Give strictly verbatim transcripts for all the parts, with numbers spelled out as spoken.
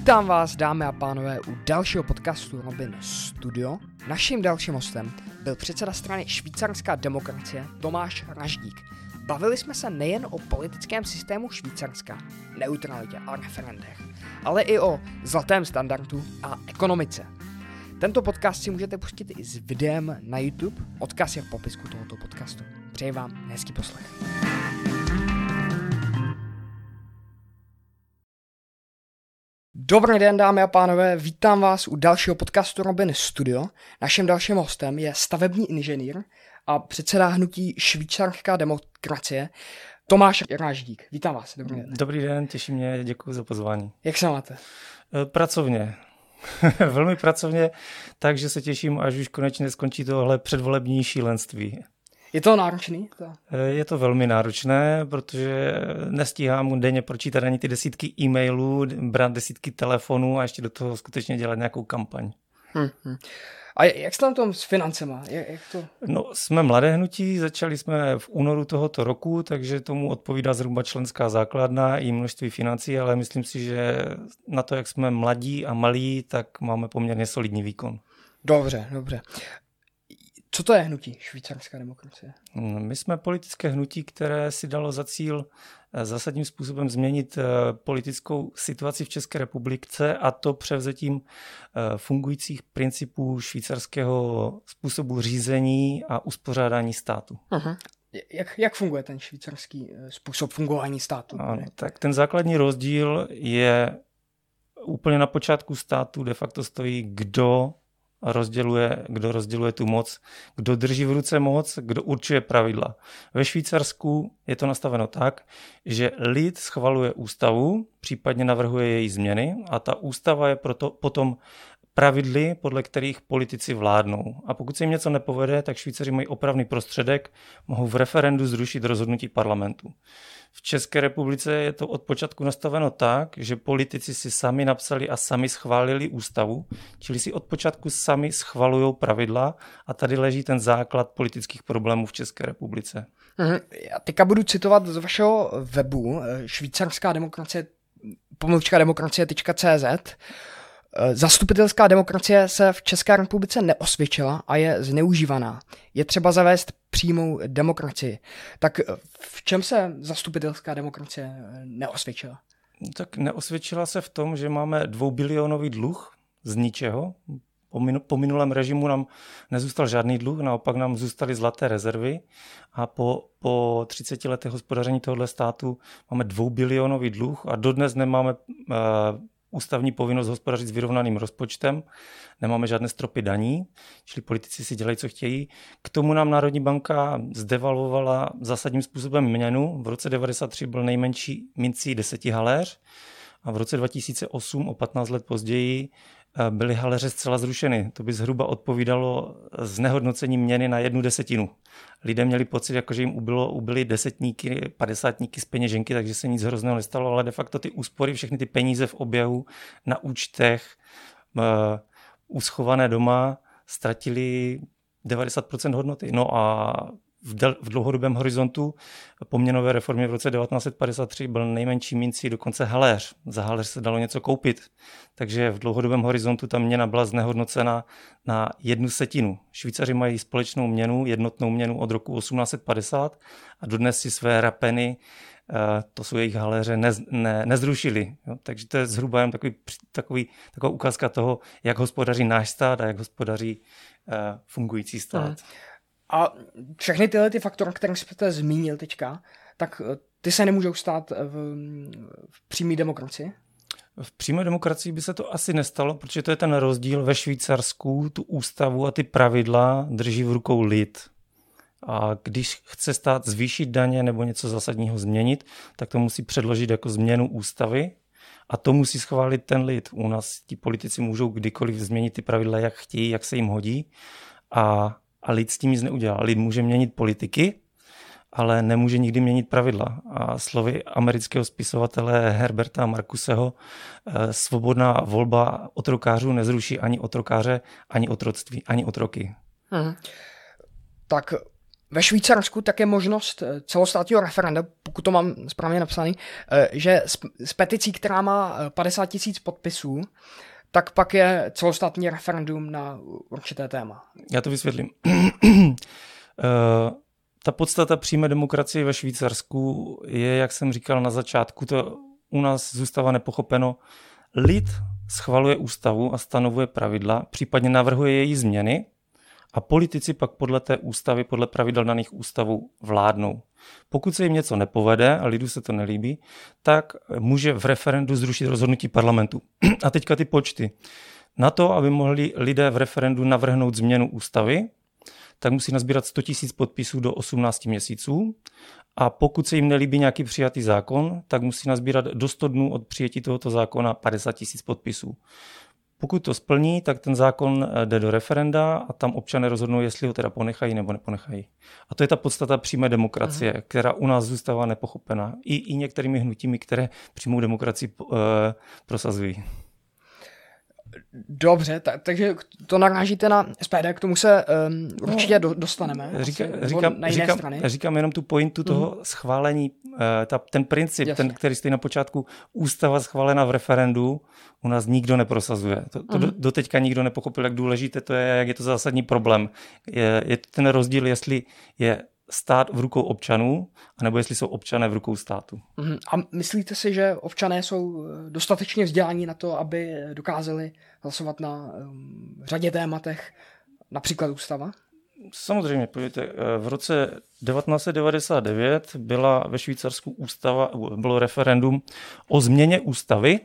Vítám vás, dámy a pánové, u dalšího podcastu Robin Studio. Naším dalším hostem byl předseda strany Švýcarská demokracie Tomáš Raždík. Bavili jsme se nejen o politickém systému Švýcarska, neutralitě a referendech, ale i o zlatém standardu a ekonomice. Tento podcast si můžete pustit i s videem na YouTube, odkaz je v popisku tohoto podcastu. Přeji vám hezký poslech. Dobrý den, dámy a pánové, vítám vás u dalšího podcastu Robin Studio. Naším dalším hostem je stavební inženýr a předseda hnutí Švýcarská demokracie Tomáš Raždík. Vítám vás, dobrý den. Dobrý den, těší mě, děkuji za pozvání. Jak se máte? Pracovně. Velmi pracovně, takže se těším, až už konečně skončí tohle předvolební šílenství. Je to náročný? To... Je to velmi náročné, protože nestíhám denně pročítat ani ty desítky e-mailů, brát desítky telefonů a ještě do toho skutečně dělat nějakou kampaň. Hmm. A jak jste na tom s financema? Jak, jak to... No, jsme mladé hnutí, začali jsme v únoru tohoto roku, takže tomu odpovídá zhruba členská základna i množství financí, ale myslím si, že na to, jak jsme mladí a malí, tak máme poměrně solidní výkon. Dobře, dobře. Co to je hnutí Švýcarská demokracie? My jsme politické hnutí, které si dalo za cíl zásadním způsobem změnit politickou situaci v České republice, a to převzetím fungujících principů švýcarského způsobu řízení a uspořádání státu. Uh-huh. Jak, jak funguje ten švýcarský způsob fungování státu? Ano, tak ten základní rozdíl je úplně na počátku státu de facto stojí, kdo rozděluje, kdo rozděluje tu moc, kdo drží v ruce moc, kdo určuje pravidla. Ve Švýcarsku je to nastaveno tak, že lid schvaluje ústavu, případně navrhuje její změny a ta ústava je proto potom pravidly, podle kterých politici vládnou. A pokud se jim něco nepovede, tak Švýcaři mají opravný prostředek, mohou v referendu zrušit rozhodnutí parlamentu. V České republice je to od počátku nastaveno tak, že politici si sami napsali a sami schválili ústavu, čili si od počátku sami schvalují pravidla a tady leží ten základ politických problémů v České republice. Mhm. Já teďka budu citovat z vašeho webu švýcarská demokracie, pomlčka demokracie tečka cé zet. Zastupitelská demokracie se v České republice neosvědčila a je zneužívaná. Je třeba zavést přímou demokracii. Tak v čem se zastupitelská demokracie neosvědčila? Tak neosvědčila se v tom, že máme dvoubilionový dluh z ničeho. Po, minu, po minulém režimu nám nezůstal žádný dluh, naopak nám zůstaly zlaté rezervy a po, po třiceti letech hospodaření tohoto státu máme dvoubilionový dluh a dodnes nemáme uh, ústavní povinnost hospodařit s vyrovnaným rozpočtem, nemáme žádné stropy daní, čili politici si dělají, co chtějí. K tomu nám Národní banka zdevalvovala zásadním způsobem měnu. V roce devadesát tři byl nejmenší mincí desetihaléř a v roce dva tisíce osm, o patnáct let později, byly haléře zcela zrušeny. To by zhruba odpovídalo znehodnocení měny na jednu desetinu. Lidé měli pocit, jako že jim ubylo, ubyly desetníky, padesátníky z peněženky, takže se nic hrozného nestalo, ale de facto ty úspory, všechny ty peníze v oběhu na účtech, uh, uschované doma, ztratili devadesát procent hodnoty. No a v, del, v dlouhodobém horizontu po měnové reformě v roce devatenáct set padesát tři byl nejmenší mincí dokonce haléř. Za haléř se dalo něco koupit. Takže v dlouhodobém horizontu ta měna byla znehodnocena na jednu setinu. Švýcaři mají společnou měnu, jednotnou měnu od roku osmnáct set padesát a dodnes si své rapeny, to jsou jejich haléře, ne, ne, nezrušili. Jo? Takže to je zhruba jen takový, takový, taková ukázka toho, jak hospodaří náš stát a jak hospodaří uh, fungující stát. Hmm. A všechny tyhle ty faktory, které jste zmínil teďka, tak ty se nemůžou stát v, v přímé demokracii? V přímé demokracii by se to asi nestalo, protože to je ten rozdíl. Ve Švýcarsku tu ústavu a ty pravidla drží v rukou lid. A když chce stát zvýšit daně nebo něco zásadního změnit, tak to musí předložit jako změnu ústavy a to musí schválit ten lid. U nás ti politici můžou kdykoliv změnit ty pravidla, jak chtějí, jak se jim hodí a A lid s tím nic neudělá. Lid může měnit politiky, ale nemůže nikdy měnit pravidla. A slovy amerického spisovatele Herberta Marcuseho, svobodná volba otrokářů nezruší ani otrokáře, ani otroctví, ani otroky. Hmm. Tak ve Švýcarsku také možnost celostátního referenda, pokud to mám správně napsaný, že s peticí, která má padesát tisíc podpisů, tak pak je celostátní referendum na určité téma. Já to vysvětlím. Ta podstata přímé demokracie ve Švýcarsku je, jak jsem říkal na začátku, to u nás zůstává nepochopeno. Lid schvaluje ústavu a stanovuje pravidla, případně navrhuje její změny a politici pak podle té ústavy, podle pravidel daných ústavou vládnou. Pokud se jim něco nepovede a lidu se to nelíbí, tak může v referendu zrušit rozhodnutí parlamentu. A teďka ty počty. Na to, aby mohli lidé v referendu navrhnout změnu ústavy, tak musí nazbírat sto tisíc podpisů do osmnácti měsíců a pokud se jim nelíbí nějaký přijatý zákon, tak musí nazbírat do sto dnů od přijetí tohoto zákona padesát tisíc podpisů. Pokud to splní, tak ten zákon jde do referenda a tam občané rozhodnou, jestli ho teda ponechají nebo neponechají. A to je ta podstata přímé demokracie, Aha. která u nás zůstává nepochopená. I, i některými hnutími, které přímou demokracii uh, prosazují. Dobře, tak, takže to narážíte na S P D, k tomu se um, určitě do, dostaneme. Říká, říkám, na jiné říkám, strany. říkám jenom tu pointu mm-hmm. toho schválení, uh, ta, ten princip, Jasně. ten, který stojí na počátku, ústava schválená v referendu, u nás nikdo neprosazuje. To, to mm-hmm. do, doteďka nikdo nepochopil, jak důležité to je, jak je to zásadní problém. Je, je ten rozdíl, jestli je stát v rukou občanů, anebo jestli jsou občané v rukou státu. A myslíte si, že občané jsou dostatečně vzdělaní na to, aby dokázali hlasovat na um, řadě tématech, například ústava? Samozřejmě, podívejte, v roce devatenáct set devadesát devět byla ve Švýcarsku ústava, bylo referendum o změně ústavy,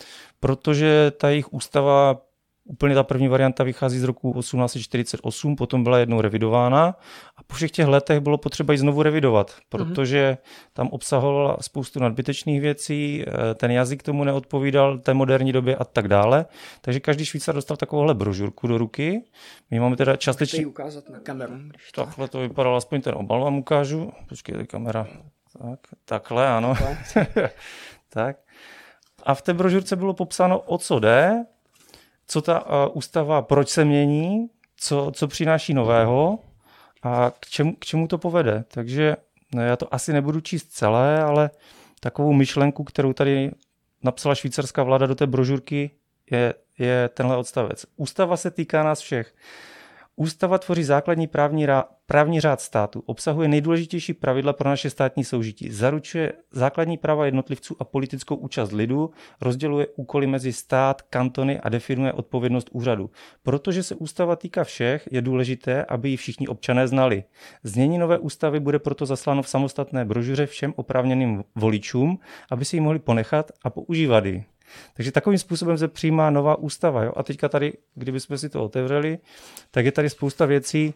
protože ta jejich ústava, úplně ta první varianta vychází z roku osmnáct set čtyřicet osm, potom byla jednou revidována a po všech těch letech bylo potřeba ji znovu revidovat, protože tam obsahovala spoustu nadbytečných věcí, ten jazyk tomu neodpovídal té moderní době a tak dále. Takže každý Švýcar dostal takovouhle brožurku do ruky. My máme teda částečně... Můžete ji ukázat na kameru. Takhle to vypadalo, aspoň ten obal vám ukážu. Počkejte, kamera. Tak, takhle, ano. Takhle. Tak. A v té brožurce bylo popsáno, o co jde, co ta uh, ústava, proč se mění, co, co přináší nového a k čemu, k čemu to povede. Takže no, já to asi nebudu číst celé, ale takovou myšlenku, kterou tady napsala švýcarská vláda do té brožurky, je, je tenhle odstavec. Ústava se týká nás všech. Ústava tvoří základní právní, rá, právní řád státu, obsahuje nejdůležitější pravidla pro naše státní soužití, zaručuje základní práva jednotlivců a politickou účast lidu, rozděluje úkoly mezi stát, kantony a definuje odpovědnost úřadu. Protože se ústava týká všech, je důležité, aby ji všichni občané znali. Znění nové ústavy bude proto zasláno v samostatné brožuře všem oprávněným voličům, aby si ji mohli ponechat a používat ji. Takže takovým způsobem se přijímá nová ústava. Jo? A teďka tady, kdybychom si to otevřeli, tak je tady spousta věcí,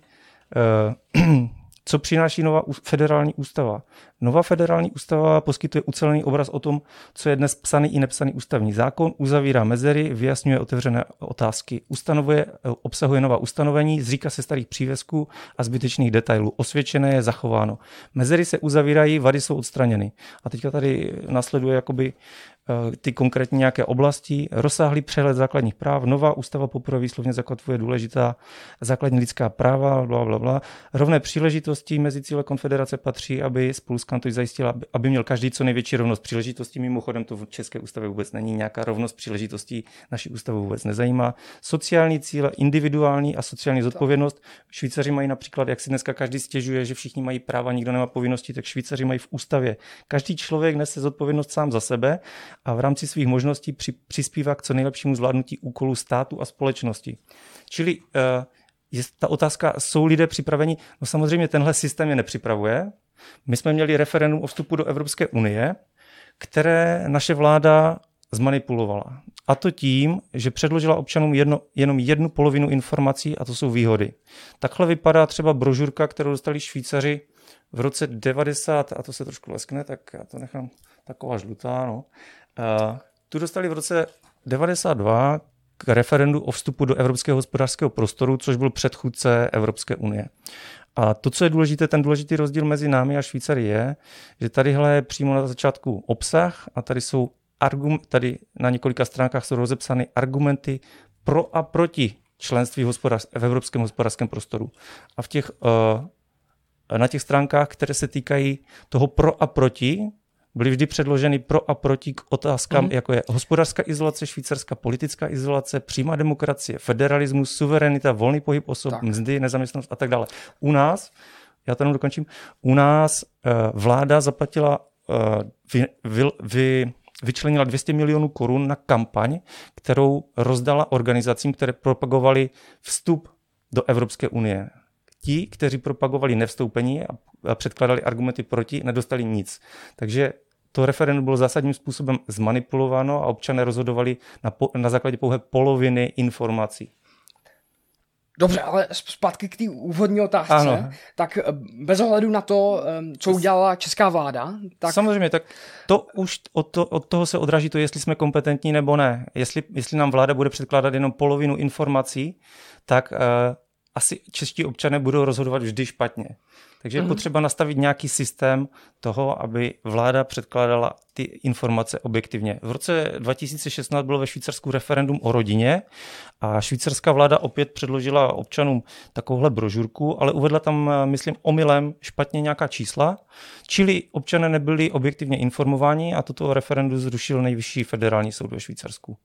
co přináší nová federální ústava. Nová federální ústava poskytuje ucelený obraz o tom, co je dnes psaný i nepsaný ústavní zákon, uzavírá mezery, vyjasňuje otevřené otázky, ustanovuje, obsahuje nová ustanovení, zříká se starých přívězků a zbytečných detailů. Osvědčené je zachováno. Mezery se uzavírají, vady jsou odstraněny. A teďka tady nasleduje jakoby ty konkrétní nějaké oblasti, rozsáhlý přehled základních práv, nová ústava poprvé výslovně zakotvuje důležitá základní lidská práva, bla, bla, bla. Rovné příležitosti mezi cíle konfederace patří, aby spolu s kantory zajistila, aby měl každý co největší rovnost příležitostí. Mimochodem to v české ústavě vůbec není, nějaká rovnost příležitostí, naši ústavu vůbec nezajímá. Sociální cíle, individuální a sociální zodpovědnost. Švýcaři mají například, jak si dneska každý stěžuje, že všichni mají práva, nikdo nemá povinnosti, tak Švýcaři mají v ústavě. Každý člověk nese zodpovědnost sám za sebe a v rámci svých možností při, přispívá k co nejlepšímu zvládnutí úkolů státu a společnosti. Čili uh, je ta otázka, jsou lidé připraveni? No samozřejmě tenhle systém je nepřipravuje. My jsme měli referendum o vstupu do Evropské unie, které naše vláda zmanipulovala. A to tím, že předložila občanům jedno, jenom jednu polovinu informací a to jsou výhody. Takhle vypadá třeba brožurka, kterou dostali Švýcaři v roce devadesát, a to se trošku leskne, tak já to nechám taková žlutá, no. Uh, tu dostali v roce devadesát dva k referendu o vstupu do Evropského hospodářského prostoru, což byl předchůdce Evropské unie. A to, co je důležité, ten důležitý rozdíl mezi námi a Švýcary je, že tadyhle je přímo na začátku obsah a tady jsou argum, tady na několika stránkách jsou rozepsány argumenty pro a proti členství hospodář, v Evropském hospodářském prostoru. A v těch uh, na těch stránkách, které se týkají toho pro a proti, byly vždy předloženy pro a proti k otázkám, mm. jako je hospodářská izolace Švýcarska, politická izolace, přímá demokracie, federalismus, suverenita, volný pohyb osob, tak. mzdy, nezaměstnanost a tak dále. U nás, já to jenom dokončím, u nás uh, vláda zaplatila, uh, vy, vy, vy, vyčlenila dvě stě milionů korun na kampaň, kterou rozdala organizacím, které propagovaly vstup do Evropské unie. Ti, kteří propagovali nevstoupení a předkládali argumenty proti, nedostali nic. Takže to referendum bylo zásadním způsobem zmanipulováno a občané rozhodovali na, po, na základě pouhé poloviny informací. Dobře, ale zpátky k té úvodní otázce. Ano. Tak bez ohledu na to, co udělala česká vláda. Tak... Samozřejmě, tak to už od, to, od toho se odráží to, jestli jsme kompetentní nebo ne. Jestli, jestli nám vláda bude předkládat jenom polovinu informací, tak uh, asi čeští občané budou rozhodovat vždy špatně. Takže je mm. potřeba nastavit nějaký systém toho, aby vláda předkládala ty informace objektivně. V roce dva tisíce šestnáct bylo ve Švýcarsku referendum o rodině a švýcarská vláda opět předložila občanům takovouhle brožurku, ale uvedla tam, myslím, omylem špatně nějaká čísla, čili občané nebyli objektivně informováni a toto referendum zrušil nejvyšší federální soud ve Švýcarsku.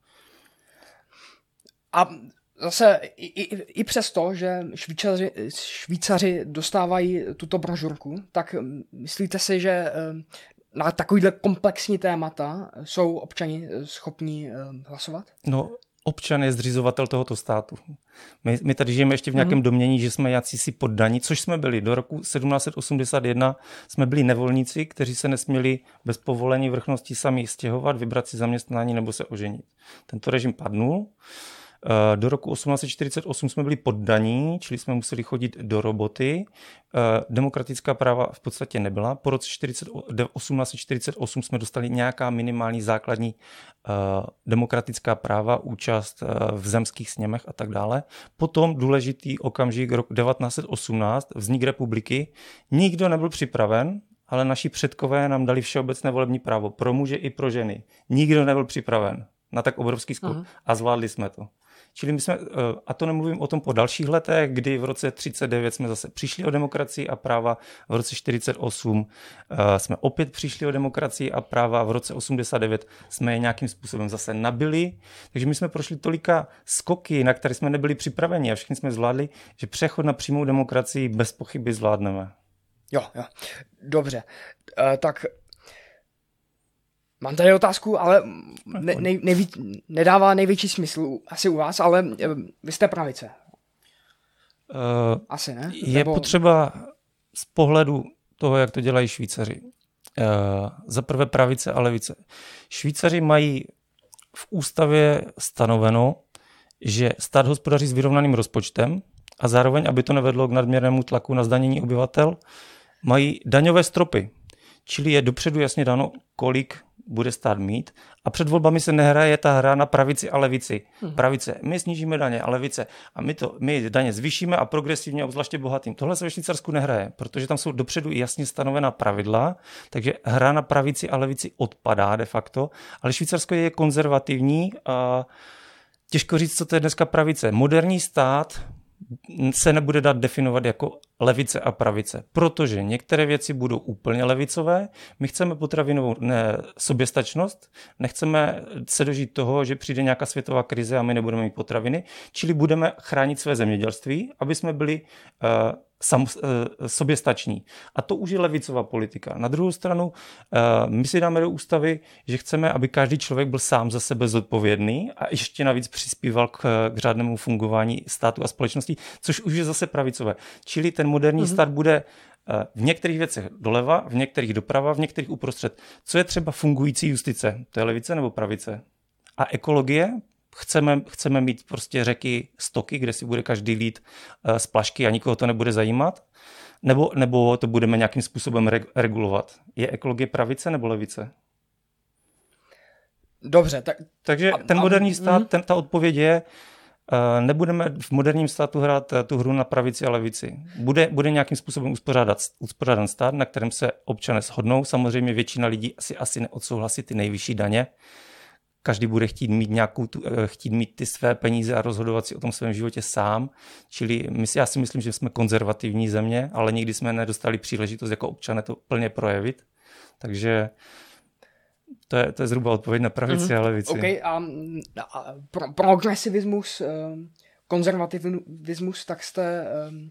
A zase i, i, i přesto, že Švýcaři, Švýcaři dostávají tuto brožurku, tak myslíte si, že na takovýhle komplexní témata jsou občani schopní hlasovat? No, občan je zřizovatel tohoto státu. My, my tady žijeme ještě v nějakém mm. domnění, že jsme jacísi poddaní, což jsme byli. Do roku sedmnáct set osmdesát jedna jsme byli nevolníci, kteří se nesměli bez povolení vrchnosti sami stěhovat, vybrat si zaměstnání nebo se oženit. Tento režim padnul. Do roku osmnáct set čtyřicet osm jsme byli poddaní, čili jsme museli chodit do roboty. Demokratická práva v podstatě nebyla. Po roce osmnáct set čtyřicet osm jsme dostali nějaká minimální základní demokratická práva, účast v zemských sněmech a tak dále. Potom důležitý okamžik, rok devatenáct set osmnáct, vznik republiky. Nikdo nebyl připraven, ale naši předkové nám dali všeobecné volební právo pro muže i pro ženy. Nikdo nebyl připraven na tak obrovský skok uh-huh. a zvládli jsme to. Čili my jsme, a to nemluvím o tom po dalších letech, kdy v roce třicet devět jsme zase přišli o demokracii a práva, v roce čtyřicet osm jsme opět přišli o demokracii a práva a v roce osmdesát devět jsme je nějakým způsobem zase nabili. Takže my jsme prošli tolika skoky, na které jsme nebyli připraveni a všichni jsme zvládli, že přechod na přímou demokracii bez pochyby zvládneme. Jo, jo, dobře. Uh, tak mám tady otázku, ale ne, nej, nejví, nedává největší smysl asi u vás, ale vy jste pravice. Uh, asi ne? Je Nebo... potřeba z pohledu toho, jak to dělají Švýcaři. Uh, za prvé pravice a levice. Švýcaři mají v ústavě stanoveno, že stát hospodaří s vyrovnaným rozpočtem a zároveň, aby to nevedlo k nadměrnému tlaku na zdanění obyvatel, mají daňové stropy. Čili je dopředu jasně dáno, kolik bude stát mít a před volbami se nehraje ta hra na pravici a levici. Hmm. Pravice, my snížíme daně a levice a my, to, my daně zvýšíme a progresivně, obzvláště bohatým. Tohle se ve Švýcarsku nehraje, protože tam jsou dopředu jasně stanovená pravidla, takže hra na pravici a levici odpadá de facto, ale Švýcarsko je konzervativní a těžko říct, co to je dneska pravice. Moderní stát se nebude dát definovat jako levice a pravice, protože některé věci budou úplně levicové. My chceme potravinovou ne, soběstačnost, nechceme se dožít toho, že přijde nějaká světová krize a my nebudeme mít potraviny, čili budeme chránit své zemědělství, aby jsme byli uh, sam, uh, soběstační. A to už je levicová politika. Na druhou stranu, uh, my si dáme do ústavy, že chceme, aby každý člověk byl sám za sebe zodpovědný a ještě navíc přispíval k, k řádnému fungování státu a společnosti, což už je zase pravicové. Čili ten moderní mm-hmm. stát bude v některých věcech doleva, v některých doprava, v některých uprostřed. Co je třeba fungující justice? To je levice nebo pravice? A ekologie? Chceme, chceme mít prostě řeky, stoky, kde si bude každý lít z plašky a nikoho to nebude zajímat? Nebo, nebo to budeme nějakým způsobem re- regulovat? Je ekologie pravice nebo levice? Dobře. Tak... Takže ten moderní stát, ten, ta odpověď je, nebudeme v moderním státu hrát tu hru na pravici a levici. Bude, bude nějakým způsobem uspořádat, uspořádan stát, na kterém se občané shodnou. Samozřejmě většina lidí asi, asi neodsouhlasí ty nejvyšší daně. každý bude chtít mít nějakou tu, chtít mít ty své peníze a rozhodovat si o tom svém životě sám. Čili my, já si myslím, že jsme konzervativní země, ale nikdy jsme nedostali příležitost jako občané to plně projevit. Takže to je, to je zhruba odpověď na pravici mm-hmm. a levici. OK, a, a pro, progresivismus, konzervativismus, tak jste,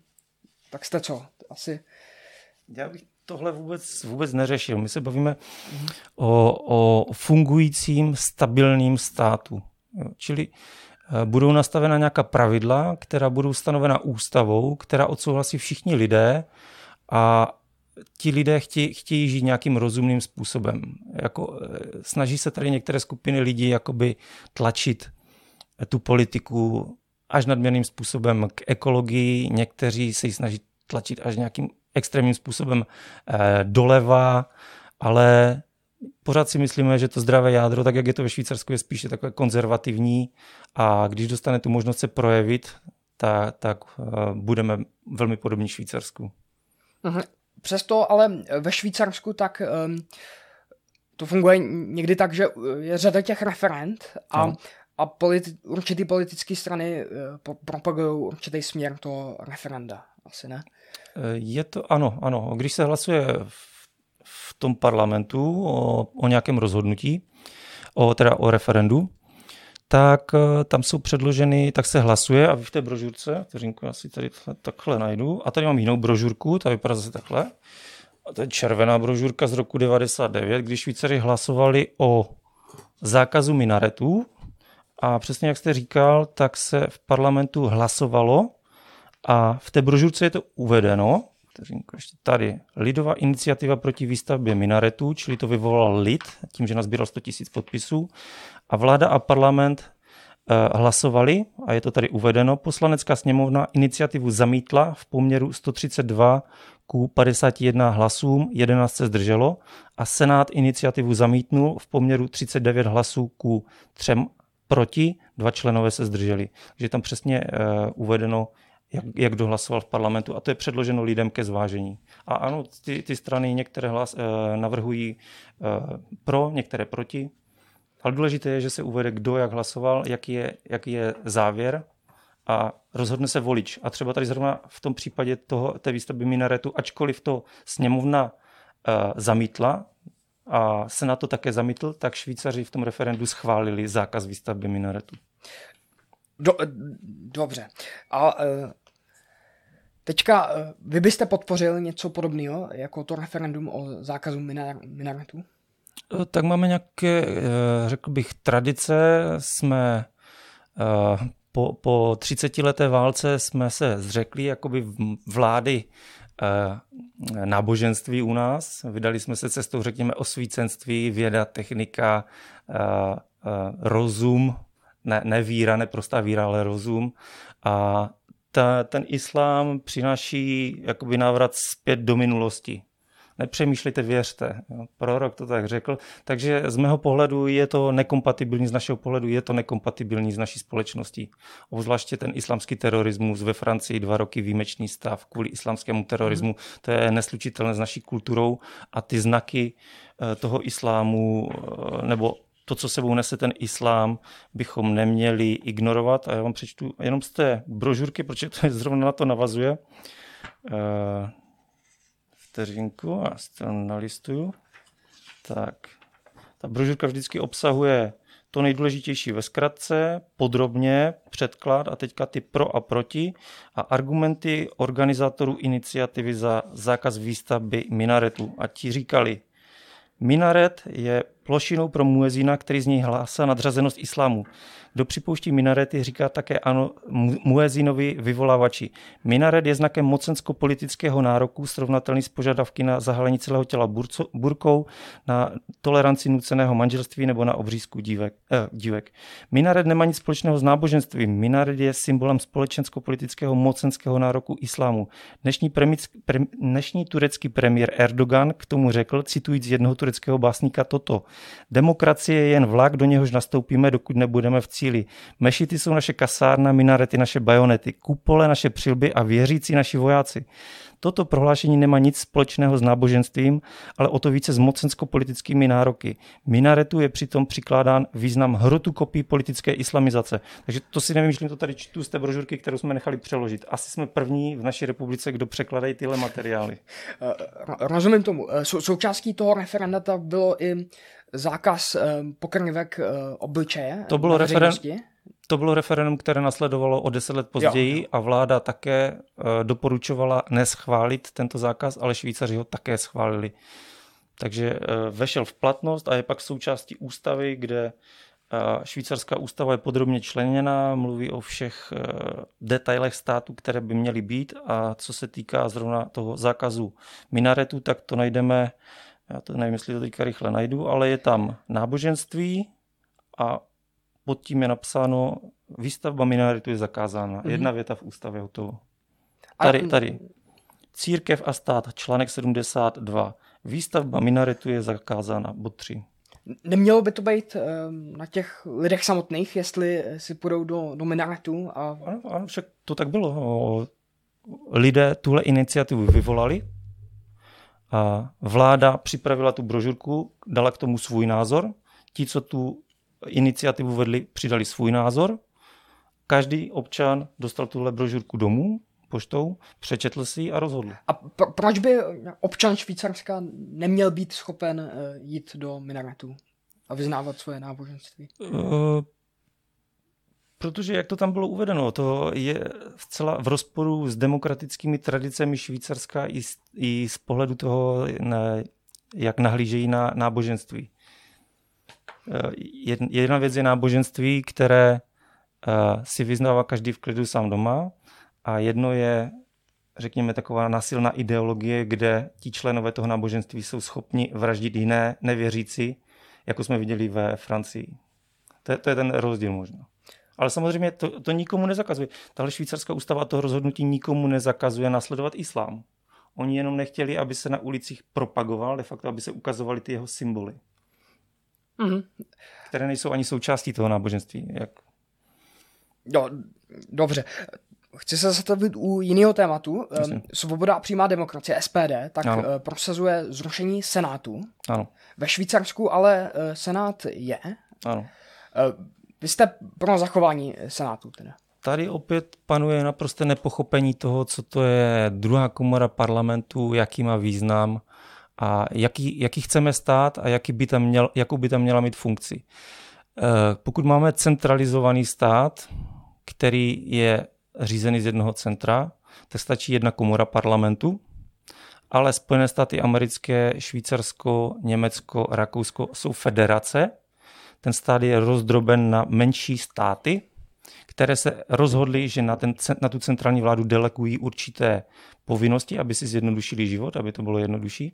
tak jste co? Asi... Já bych tohle vůbec, vůbec neřešil. My se bavíme mm-hmm. o, o fungujícím, stabilním státu. Jo, čili budou nastavena nějaká pravidla, která budou stanovena ústavou, která odsouhlasí všichni lidé a ti lidé chtějí, chtějí žít nějakým rozumným způsobem. Jako, snaží se tady některé skupiny lidí jakoby tlačit tu politiku až nadměrným způsobem k ekologii, někteří se ji snaží tlačit až nějakým extrémním způsobem eh, doleva, ale pořád si myslíme, že to zdravé jádro, tak jak je to ve Švýcarsku, je spíše takové konzervativní a když dostane tu možnost se projevit, ta, tak eh, budeme velmi podobní Švýcarsku. Mhm. Přesto ale ve Švýcarsku tak um, to funguje někdy tak, že je řada těch referend a, no. a politi- určitý politické strany uh, propagují určitý směr toho referenda. Asi ne? Je to, ano, ano. Když se hlasuje v, v tom parlamentu o, o nějakém rozhodnutí, o, teda o referendu, tak tam jsou předloženy, tak se hlasuje a v té brožurce, vteřinku, já si tady takhle najdu, a tady mám jinou brožurku, ta vypadá zase takhle. A to je červená brožurka z roku devadesát devět, když Švýcaři hlasovali o zákazu minaretů a přesně jak jste říkal, tak se v parlamentu hlasovalo a v té brožurce je to uvedeno, vteřinku, ještě tady, lidová iniciativa proti výstavbě minaretů, čili to vyvolal lid, tím, že nazbíral sto tisíc podpisů. A vláda a parlament eh, hlasovali, a je to tady uvedeno, poslanecká sněmovna iniciativu zamítla v poměru sto třicet dva ku padesáti jednomu hlasům, jedenáct se zdrželo, a senát iniciativu zamítnul v poměru třicet devět hlasů ku třem proti, dva členové se zdrželi. Takže je tam přesně eh, uvedeno, jak, jak kdo hlasoval v parlamentu, a to je předloženo lidem ke zvážení. A ano, ty, ty strany některé hlas, eh, navrhují eh, pro, některé proti, ale důležité je, že se uvede, kdo jak hlasoval, jaký je, jaký je závěr a rozhodne se volič. A třeba tady zrovna v tom případě toho, té výstavby minaretu, ačkoliv to sněmovna uh, zamítla a senát to také zamítl, tak Švýcaři v tom referendu schválili zákaz výstavby minaretu. Do, dobře. A uh, teďka uh, vy byste podpořil něco podobného, jako to referendum o zákazu minar, minaretu? Tak máme nějaké, řekl bych, tradice. Jsme po, po třicetileté válce jsme se zřekli jakoby vlády náboženství u nás. Vydali jsme se cestou, řekněme, osvícenství, věda, technika, rozum, ne, ne víra, ne prostá víra, ale rozum. A ta, ten islám přináší jakoby návrat zpět do minulosti. Nepřemýšlejte, věřte. Prorok to tak řekl. Takže z mého pohledu je to nekompatibilní, z našeho pohledu je to nekompatibilní s naší společností. Obzvláště ten islámský terorismus ve Francii, dva roky výjimečný stav kvůli islámskému terorismu. To je neslučitelné s naší kulturou a ty znaky toho islámu, nebo to, co sebou nese ten islám, bychom neměli ignorovat. A já vám přečtu jenom z té brožurky, protože to je zrovna na to navazuje. Vteřinku, a to nalistuju. Tak, ta brožurka vždycky obsahuje to nejdůležitější ve zkratce, podrobně předklad a teďka ty pro a proti a argumenty organizátorů iniciativy za zákaz výstavby minaretu. A ti říkali, minaret je plošinou pro muezína, který z něj hlásá nadřazenost islámu. Kdo připouští minarety, říká také ano muezínovi vyvolávači. Minaret je znakem mocensko-politického nároku, srovnatelný s požadavky na zahalení celého těla burco, burkou, na toleranci nuceného manželství nebo na obřízku dívek, eh, dívek. Minaret nemá nic společného s náboženstvím. Minaret je symbolem společensko-politického mocenského nároku islámu. Dnešní, premic, pre, dnešní turecký premiér Erdogan k tomu řekl, citujíc jednoho tureckého básníka, toto. Demokracie je jen vlak, do něhož nastoupíme, dokud nebudeme v cíli. Mešity jsou naše kasárna, minarety naše bajonety, kupole naše přilby a věřící naši vojáci. Toto prohlášení nemá nic společného s náboženstvím, ale o to více s mocensko-politickými nároky. Minaretu je přitom přikládán význam hrotu kopí politické islamizace. Takže to si nevymýšlím, to tady čtu z té brožurky, kterou jsme nechali přeložit. Asi jsme první v naší republice, kdo překladají tyhle materiály. Rozumím tomu. Sou, součástí toho referenda bylo i zákaz pokrývek obličeje. To bylo referendum. To bylo referendum, které nasledovalo o deset let později, jo. A vláda také doporučovala neschválit tento zákaz, ale Švýcaři ho také schválili. Takže vešel v platnost a je pak součástí ústavy, kde švýcarská ústava je podrobně členěná, mluví o všech detailech státu, které by měly být, a co se týká zrovna toho zákazu minaretu, tak to najdeme, já to nevím, jestli to teďka rychle najdu, ale je tam náboženství a pod tím je napsáno, výstavba minaretu je zakázána. Mm-hmm. Jedna věta v ústavě hotovo. Tady, tady. Církev a stát, článek sedmdesát dva. Výstavba minaretu je zakázána, bod tři. Nemělo by to být um, na těch lidech samotných, jestli si půjdou do, do minaretu? A... Ano, ano, však to tak bylo. Lidé tuhle iniciativu vyvolali a vláda připravila tu brožurku, dala k tomu svůj názor. Ti, co tu iniciativu vedli, přidali svůj názor. Každý občan dostal tuhle brožurku domů, poštou, přečetl si ji a rozhodl. A pro, proč by občan Švýcarska neměl být schopen jít do minaretu a vyznávat svoje náboženství? Uh, protože, jak to tam bylo uvedeno, to je zcela v rozporu s demokratickými tradicemi Švýcarska i z, i z pohledu toho, ne, jak nahlížejí na náboženství. Jedna věc je náboženství, které si vyznává každý v klidu sám doma, a jedno je, řekněme, taková násilná ideologie, kde ti členové toho náboženství jsou schopni vraždit jiné nevěřící, jako jsme viděli ve Francii. To je, to je ten rozdíl možná. Ale samozřejmě to, to nikomu nezakazuje. Tahle švýcarská ústava toho rozhodnutí nikomu nezakazuje následovat islám. Oni jenom nechtěli, aby se na ulicích propagoval, de facto, aby se ukazovaly ty jeho symboly. Mm-hmm. Které nejsou ani součástí toho náboženství. Jak... Jo, dobře. Chci se zastavit u jiného tématu. Myslím. Svoboda a přímá demokracie, S P D, tak ano. prosazuje zrušení Senátu. Ano. Ve Švýcarsku ale Senát je. Ano. Vy jste pro zachování Senátu teda? Tady opět panuje naprosté nepochopení toho, co to je druhá komora parlamentu, jaký má význam a jaký, jaký chceme stát a jaký by tam měl, jakou by tam měla mít funkci. Pokud máme centralizovaný stát, který je řízený z jednoho centra, tak stačí jedna komora parlamentu, ale Spojené státy americké, Švýcarsko, Německo, Rakousko jsou federace. Ten stát je rozdroben na menší státy, které se rozhodly, že na, ten, na tu centrální vládu delegují určité povinnosti, aby si zjednodušili život, aby to bylo jednodušší.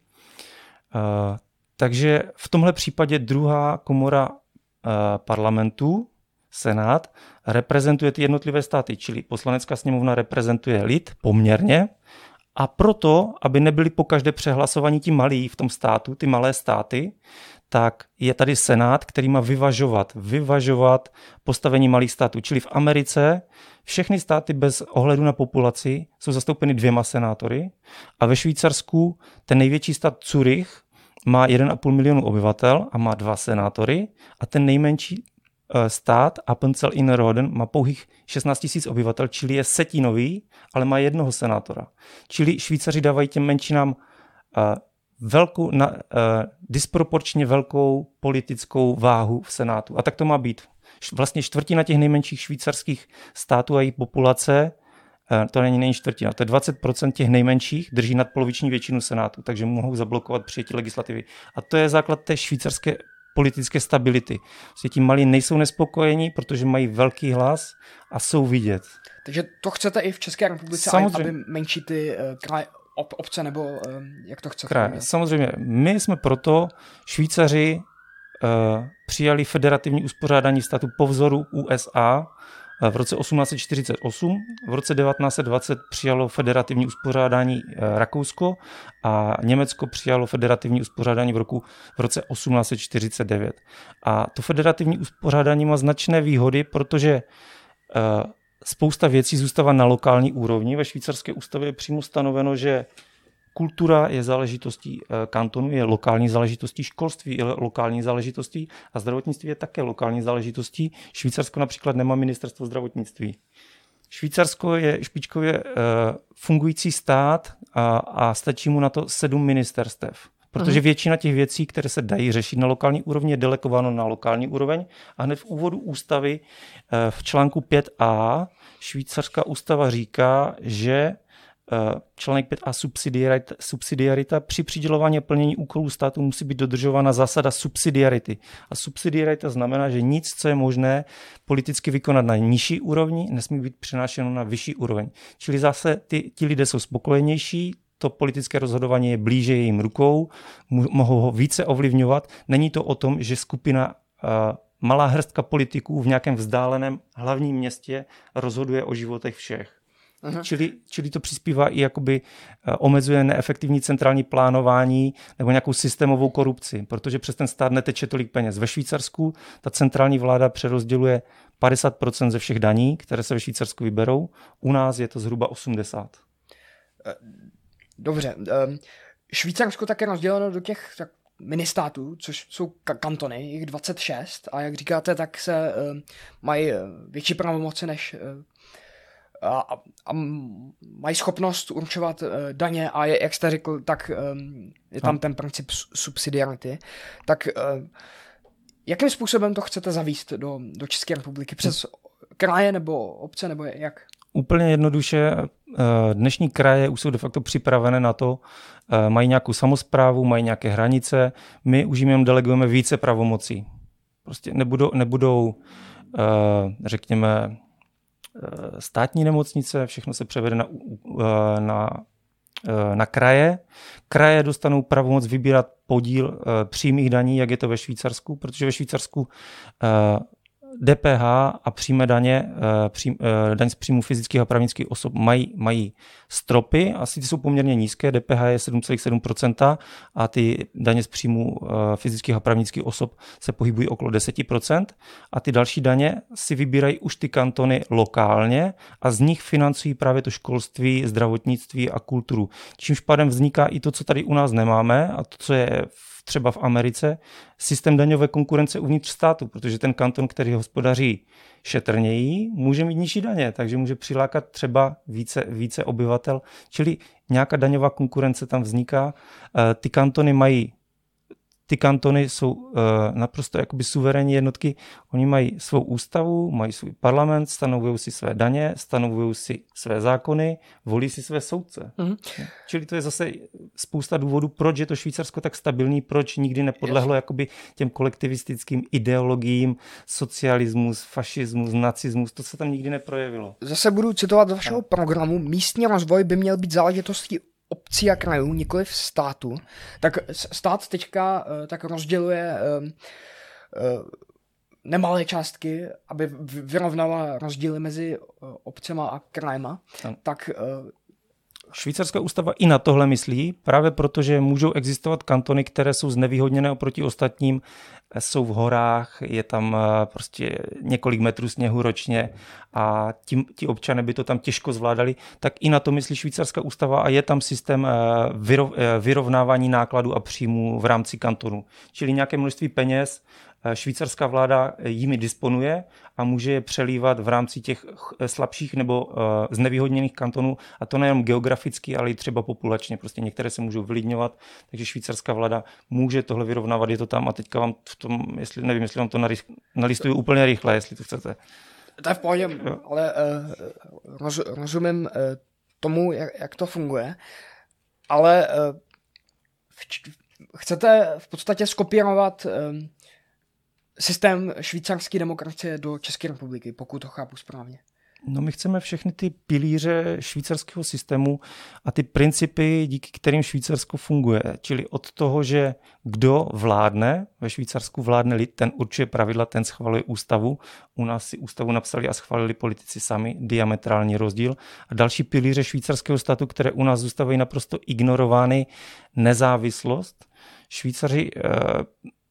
Uh, takže v tomhle případě druhá komora uh, parlamentu, Senát, reprezentuje ty jednotlivé státy, čili poslanecká sněmovna reprezentuje lid poměrně, a proto, aby nebyli pokaždé přehlasovaní ti malí v tom státu, ty malé státy, tak je tady Senát, který má vyvažovat, vyvažovat postavení malých států. Čili v Americe všechny státy bez ohledu na populaci jsou zastoupeny dvěma senátory a ve Švýcarsku ten největší stát Zurich má jeden a půl milionu obyvatel a má dva senátory a ten nejmenší stát Appenzell-Innerrhoden má pouhých šestnáct tisíc obyvatel, čili je setinový, ale má jednoho senátora. Čili Švýcaři dávají těm menšinám uh, velkou, na, uh, disproporčně velkou politickou váhu v Senátu. A tak to má být. Vlastně čtvrtina těch nejmenších švýcarských států a jejich populace, uh, to není není čtvrtina, to je dvacet procent těch nejmenších, drží nadpoloviční většinu Senátu, takže mohou zablokovat přijetí legislativy. A to je základ té švýcarské politické stability. Vlastně ti malí nejsou nespokojení, protože mají velký hlas a jsou vidět. Takže to chcete i v České republice, samozřejmě, aby menší ty uh, kraje, ob, obce, nebo uh, jak to chcete? Kraje. Samozřejmě. My jsme proto, Švýcaři uh, přijali federativní uspořádání státu po vzoru U S A v roce osmnáct set čtyřicet osm, v roce devatenáct set dvacet přijalo federativní uspořádání Rakousko a Německo přijalo federativní uspořádání v, roku, v roce osmnáct set čtyřicet devět. A to federativní uspořádání má značné výhody, protože uh, spousta věcí zůstává na lokální úrovni. Ve švýcarské ústavě je přímo stanoveno, že kultura je záležitostí kantonu, je lokální záležitostí, školství je lokální záležitostí a zdravotnictví je také lokální záležitostí. Švýcarsko například nemá ministerstvo zdravotnictví. Švýcarsko je špičkově uh, fungující stát a, a stačí mu na to sedm ministerstev. Protože většina těch věcí, které se dají řešit na lokální úrovni, je delegováno na lokální úroveň. A hned v úvodu ústavy uh, v článku pět a švýcarská ústava říká, že článek pět a subsidiarita, subsidiarita při přidělování a plnění úkolů státu musí být dodržována zásada subsidiarity. A subsidiarita znamená, že nic, co je možné politicky vykonat na nižší úrovni, nesmí být přenášeno na vyšší úroveň. Čili zase ty, ti lidé jsou spokojenější, to politické rozhodování je blíže jejím rukou, mohou ho více ovlivňovat. Není to o tom, že skupina uh, malá hrstka politiků v nějakém vzdáleném hlavním městě rozhoduje o životech všech. Čili, čili to přispívá i jakoby omezuje neefektivní centrální plánování nebo nějakou systémovou korupci, protože přes ten stát neteče tolik peněz. Ve Švýcarsku ta centrální vláda přerozděluje padesát procent ze všech daní, které se ve Švýcarsku vyberou. U nás je to zhruba osmdesát procent. Dobře. Švýcarsko také rozděleno do těch tak ministátů, což jsou kantony, jich dvacet šest a jak říkáte, tak se mají větší pravomoci než A, a mají schopnost určovat uh, daně a je, jak jste řekl, tak um, je tam ten princip subsidiarity. Tak uh, jakým způsobem to chcete zavíst do, do České republiky? Přes kraje nebo obce nebo jak? Úplně jednoduše. Dnešní kraje už jsou de facto připravené na to, mají nějakou samosprávu, mají nějaké hranice. My už jim delegujeme více pravomocí. Prostě nebudou, nebudou řekněme, státní nemocnice, všechno se převede na, na, na kraje. Kraje dostanou pravomoc vybírat podíl přímých daní, jak je to ve Švýcarsku, protože ve Švýcarsku D P H a přímé daně, přím, daň z příjmu fyzických a právnických osob mají, mají stropy, asi ty jsou poměrně nízké, D P H je sedm celá sedm procenta a ty daně z příjmu fyzických a právnických osob se pohybují okolo deset procent a ty další daně si vybírají už ty kantony lokálně a z nich financují právě to školství, zdravotnictví a kulturu. Čímž pádem vzniká i to, co tady u nás nemáme a to, co je třeba v Americe, systém daňové konkurence uvnitř státu, protože ten kanton, který hospodaří šetrněji, může mít nižší daně, takže může přilákat třeba více, více obyvatel, čili nějaká daňová konkurence tam vzniká. Ty kantony mají Ty kantony jsou uh, naprosto jakoby suverénní jednotky. Oni mají svou ústavu, mají svůj parlament, stanovují si své daně, stanovují si své zákony, volí si své soudce. Mm-hmm. Čili to je zase spousta důvodů, proč je to Švýcarsko tak stabilní, proč nikdy nepodlehlo jakoby těm kolektivistickým ideologiím, socialismus, fašismus, nacismus, to se tam nikdy neprojevilo. Zase budu citovat z vašeho programu. Místní rozvoj by měl být záležitostí obcí a krajů, nikoliv státu, tak stát teďka uh, tak rozděluje uh, uh, nemalé částky, aby vyrovnala rozdíly mezi uh, obcema a krajema. Ano. Tak uh, Švýcarská ústava i na tohle myslí, právě protože můžou existovat kantony, které jsou znevýhodněné oproti ostatním, jsou v horách, je tam prostě několik metrů sněhu ročně a ti, ti občané by to tam těžko zvládali, tak i na to myslí švýcarská ústava a je tam systém vyrov, vyrovnávání nákladů a příjmů v rámci kantonu. Čili nějaké množství peněz švýcarská vláda jimi disponuje a může je přelívat v rámci těch slabších nebo uh, znevýhodněných kantonů, a to nejen geograficky, ale i třeba populačně. Prostě některé se můžou vylidňovat, takže švýcarská vláda může tohle vyrovnávat, je to tam a teďka vám v tom, jestli, nevím, jestli vám to nalistuju úplně rychle, jestli to chcete. To je v pohodě, ale uh, roz, rozumím uh, tomu, jak, jak to funguje, ale uh, v, chcete v podstatě skopírovat uh, systém švýcarské demokracie do České republiky, pokud to chápu správně. No my chceme všechny ty pilíře švýcarského systému a ty principy, díky kterým Švýcarsko funguje. Čili od toho, že kdo vládne, ve Švýcarsku vládne lid, ten určuje pravidla, ten schvaluje ústavu. U nás si ústavu napsali a schválili politici sami, diametrální rozdíl. A další pilíře švýcarského státu, které u nás zůstávají naprosto ignorovány, nezávislost. Švýcaři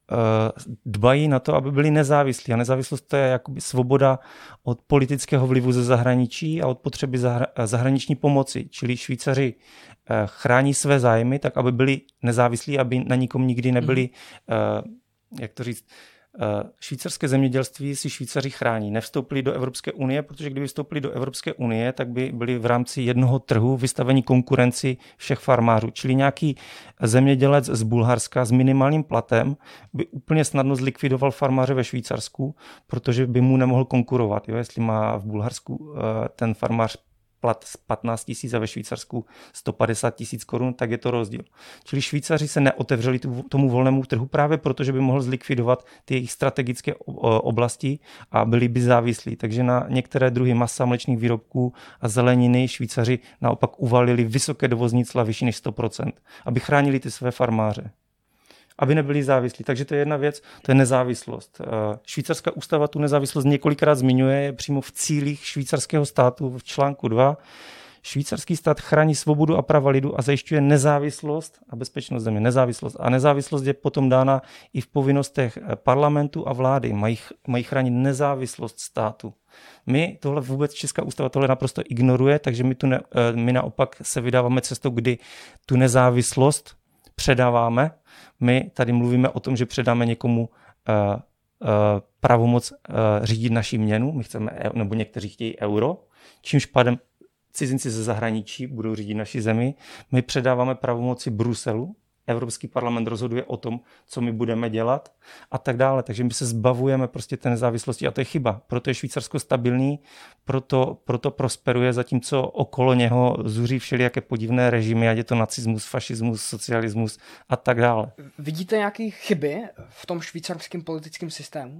dbají na to, aby byli nezávislí. A nezávislost to je jakoby svoboda od politického vlivu ze zahraničí a od potřeby zahraniční pomoci. Čili Švýcaři chrání své zájmy tak, aby byli nezávislí, aby na nikom nikdy nebyli, mm. jak to říct, švýcarské zemědělství si Švýcaři chrání. Nevstoupili do Evropské unie, protože kdyby vstoupili do Evropské unie, tak by byli v rámci jednoho trhu vystaveni konkurenci všech farmářů. Čili nějaký zemědělec z Bulharska s minimálním platem by úplně snadno zlikvidoval farmáře ve Švýcarsku, protože by mu nemohl konkurovat. Jo? Jestli má v Bulharsku ten farmář plat z patnáct tisíc a ve Švýcarsku sto padesát tisíc korun, tak je to rozdíl. Čili Švýcaři se neotevřeli tomu volnému trhu právě proto, že by mohl zlikvidovat ty jejich strategické oblasti a byli by závislí. Takže na některé druhy masa, mléčných výrobků a zeleniny Švýcaři naopak uvalili vysoké dovozní cla vyšší než sto procent, aby chránili ty své farmáře, aby nebyli závislí. Takže to je jedna věc, to je nezávislost. Švýcarská ústava tu nezávislost několikrát zmiňuje, je přímo v cílích švýcarského státu v článku dva. Švýcarský stát chrání svobodu a práva lidu a zajišťuje nezávislost a bezpečnost země. Nezávislost. A nezávislost je potom dána i v povinnostech parlamentu a vlády. Mají, mají chránit nezávislost státu. My tohle vůbec Česká ústava tohle naprosto ignoruje, takže my, tu ne, my naopak se vydáváme cestou, kdy tu nezávislost předáváme. My tady mluvíme o tom, že předáme někomu uh, uh, pravomoc uh, řídit naši měnu, my chceme, nebo někteří chtějí euro, čímž pádem cizinci ze zahraničí budou řídit naši zemi. My předáváme pravomoci Bruselu, Evropský parlament rozhoduje o tom, co my budeme dělat a tak dále. Takže my se zbavujeme prostě té nezávislosti a to je chyba. Proto je Švýcarsko stabilní, proto, proto prosperuje, zatímco okolo něho zuří všelijaké podivné režimy, ať je to nacismus, fašismus, socialismus a tak dále. Vidíte nějaké chyby v tom švýcarském politickém systému?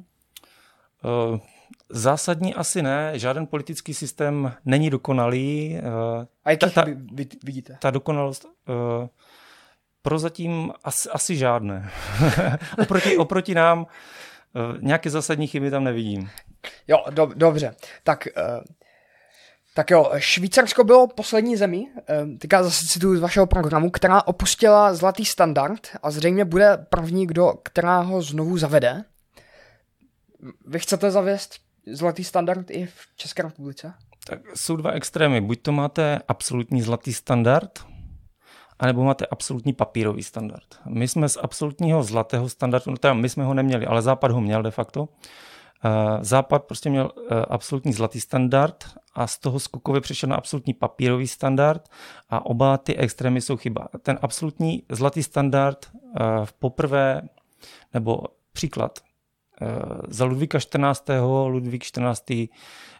Uh, zásadní asi ne. Žádný politický systém není dokonalý. Uh, a jaké ta, chyby ta, vidíte? Ta dokonalost... Uh, Prozatím asi, asi žádné. oproti, oproti nám uh, nějaké zásadní chyby tam nevidím. Jo, do, dobře. Tak, uh, tak jo, Švýcarsko bylo poslední zemí, uh, teďka zase cituju z vašeho programu, která opustila zlatý standard a zřejmě bude první, kdo, která ho znovu zavede. Vy chcete zavést zlatý standard i v České republice? Tak jsou dva extrémy. Buď to máte absolutní zlatý standard, anebo máte absolutní papírový standard. My jsme z absolutního zlatého standardu, no teda my jsme ho neměli, ale Západ ho měl de facto. Západ prostě měl absolutní zlatý standard a z toho skokově přešel na absolutní papírový standard a oba ty extrémy jsou chyba. Ten absolutní zlatý standard v poprvé, nebo příklad, za Ludvíka čtrnáctého. Ludvík čtrnáctý.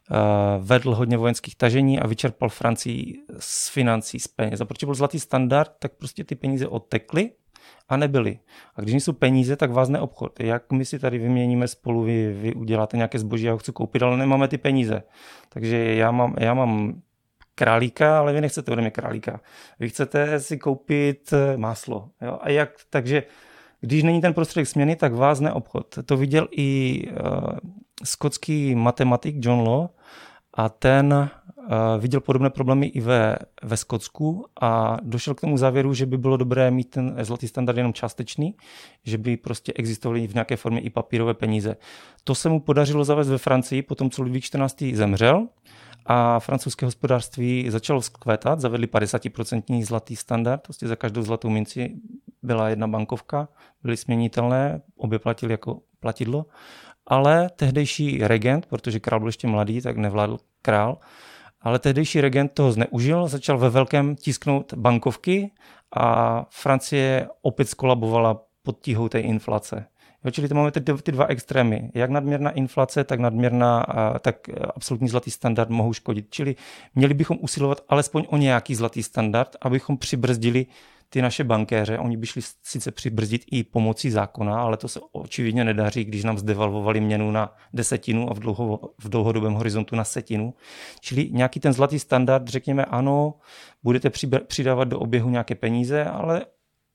vedl hodně vojenských tažení a vyčerpal Francii z financí, z peněz. A protože byl zlatý standard, tak prostě ty peníze odtekly a nebyly. A když nejsou peníze, tak vázne obchod. Jak my si tady vyměníme spolu, vy, vy uděláte nějaké zboží, já ho chci koupit, ale nemáme ty peníze. Takže já mám, já mám králíka, ale vy nechcete ode mě králíka. Vy chcete si koupit máslo. Jo? A jak, takže když není ten prostředek směny, tak vázne obchod. To viděl i uh, skotský matematik John Law a ten uh, viděl podobné problémy i ve, ve Skotsku a došel k tomu závěru, že by bylo dobré mít ten zlatý standard jenom částečný, že by prostě existovaly v nějaké formě i papírové peníze. To se mu podařilo zavést ve Francii, potom co Ludvík čtrnáctý. zemřel a francouzské hospodářství začalo vzkvétat, zavedli padesát procent zlatý standard, prostě za každou zlatou minci byla jedna bankovka, byly směnitelné, obě platili jako platidlo, ale tehdejší regent, protože král byl ještě mladý, tak nevládl král, ale tehdejší regent toho zneužil, začal ve velkém tisknout bankovky a Francie opět skolabovala pod tíhou té inflace. Jo, čili to máme ty, ty dva extrémy. Jak nadměrná inflace, tak nadměrná, tak absolutní zlatý standard mohou škodit. Čili měli bychom usilovat alespoň o nějaký zlatý standard, abychom přibrzdili ty naše bankéře. Oni by šli sice přibrzdit i pomocí zákona, ale to se očividně nedaří, když nám zdevalvovali měnu na desetinu a v, dlouho, v dlouhodobém horizontu na setinu. Čili nějaký ten zlatý standard, řekněme ano, budete přidávat do oběhu nějaké peníze, ale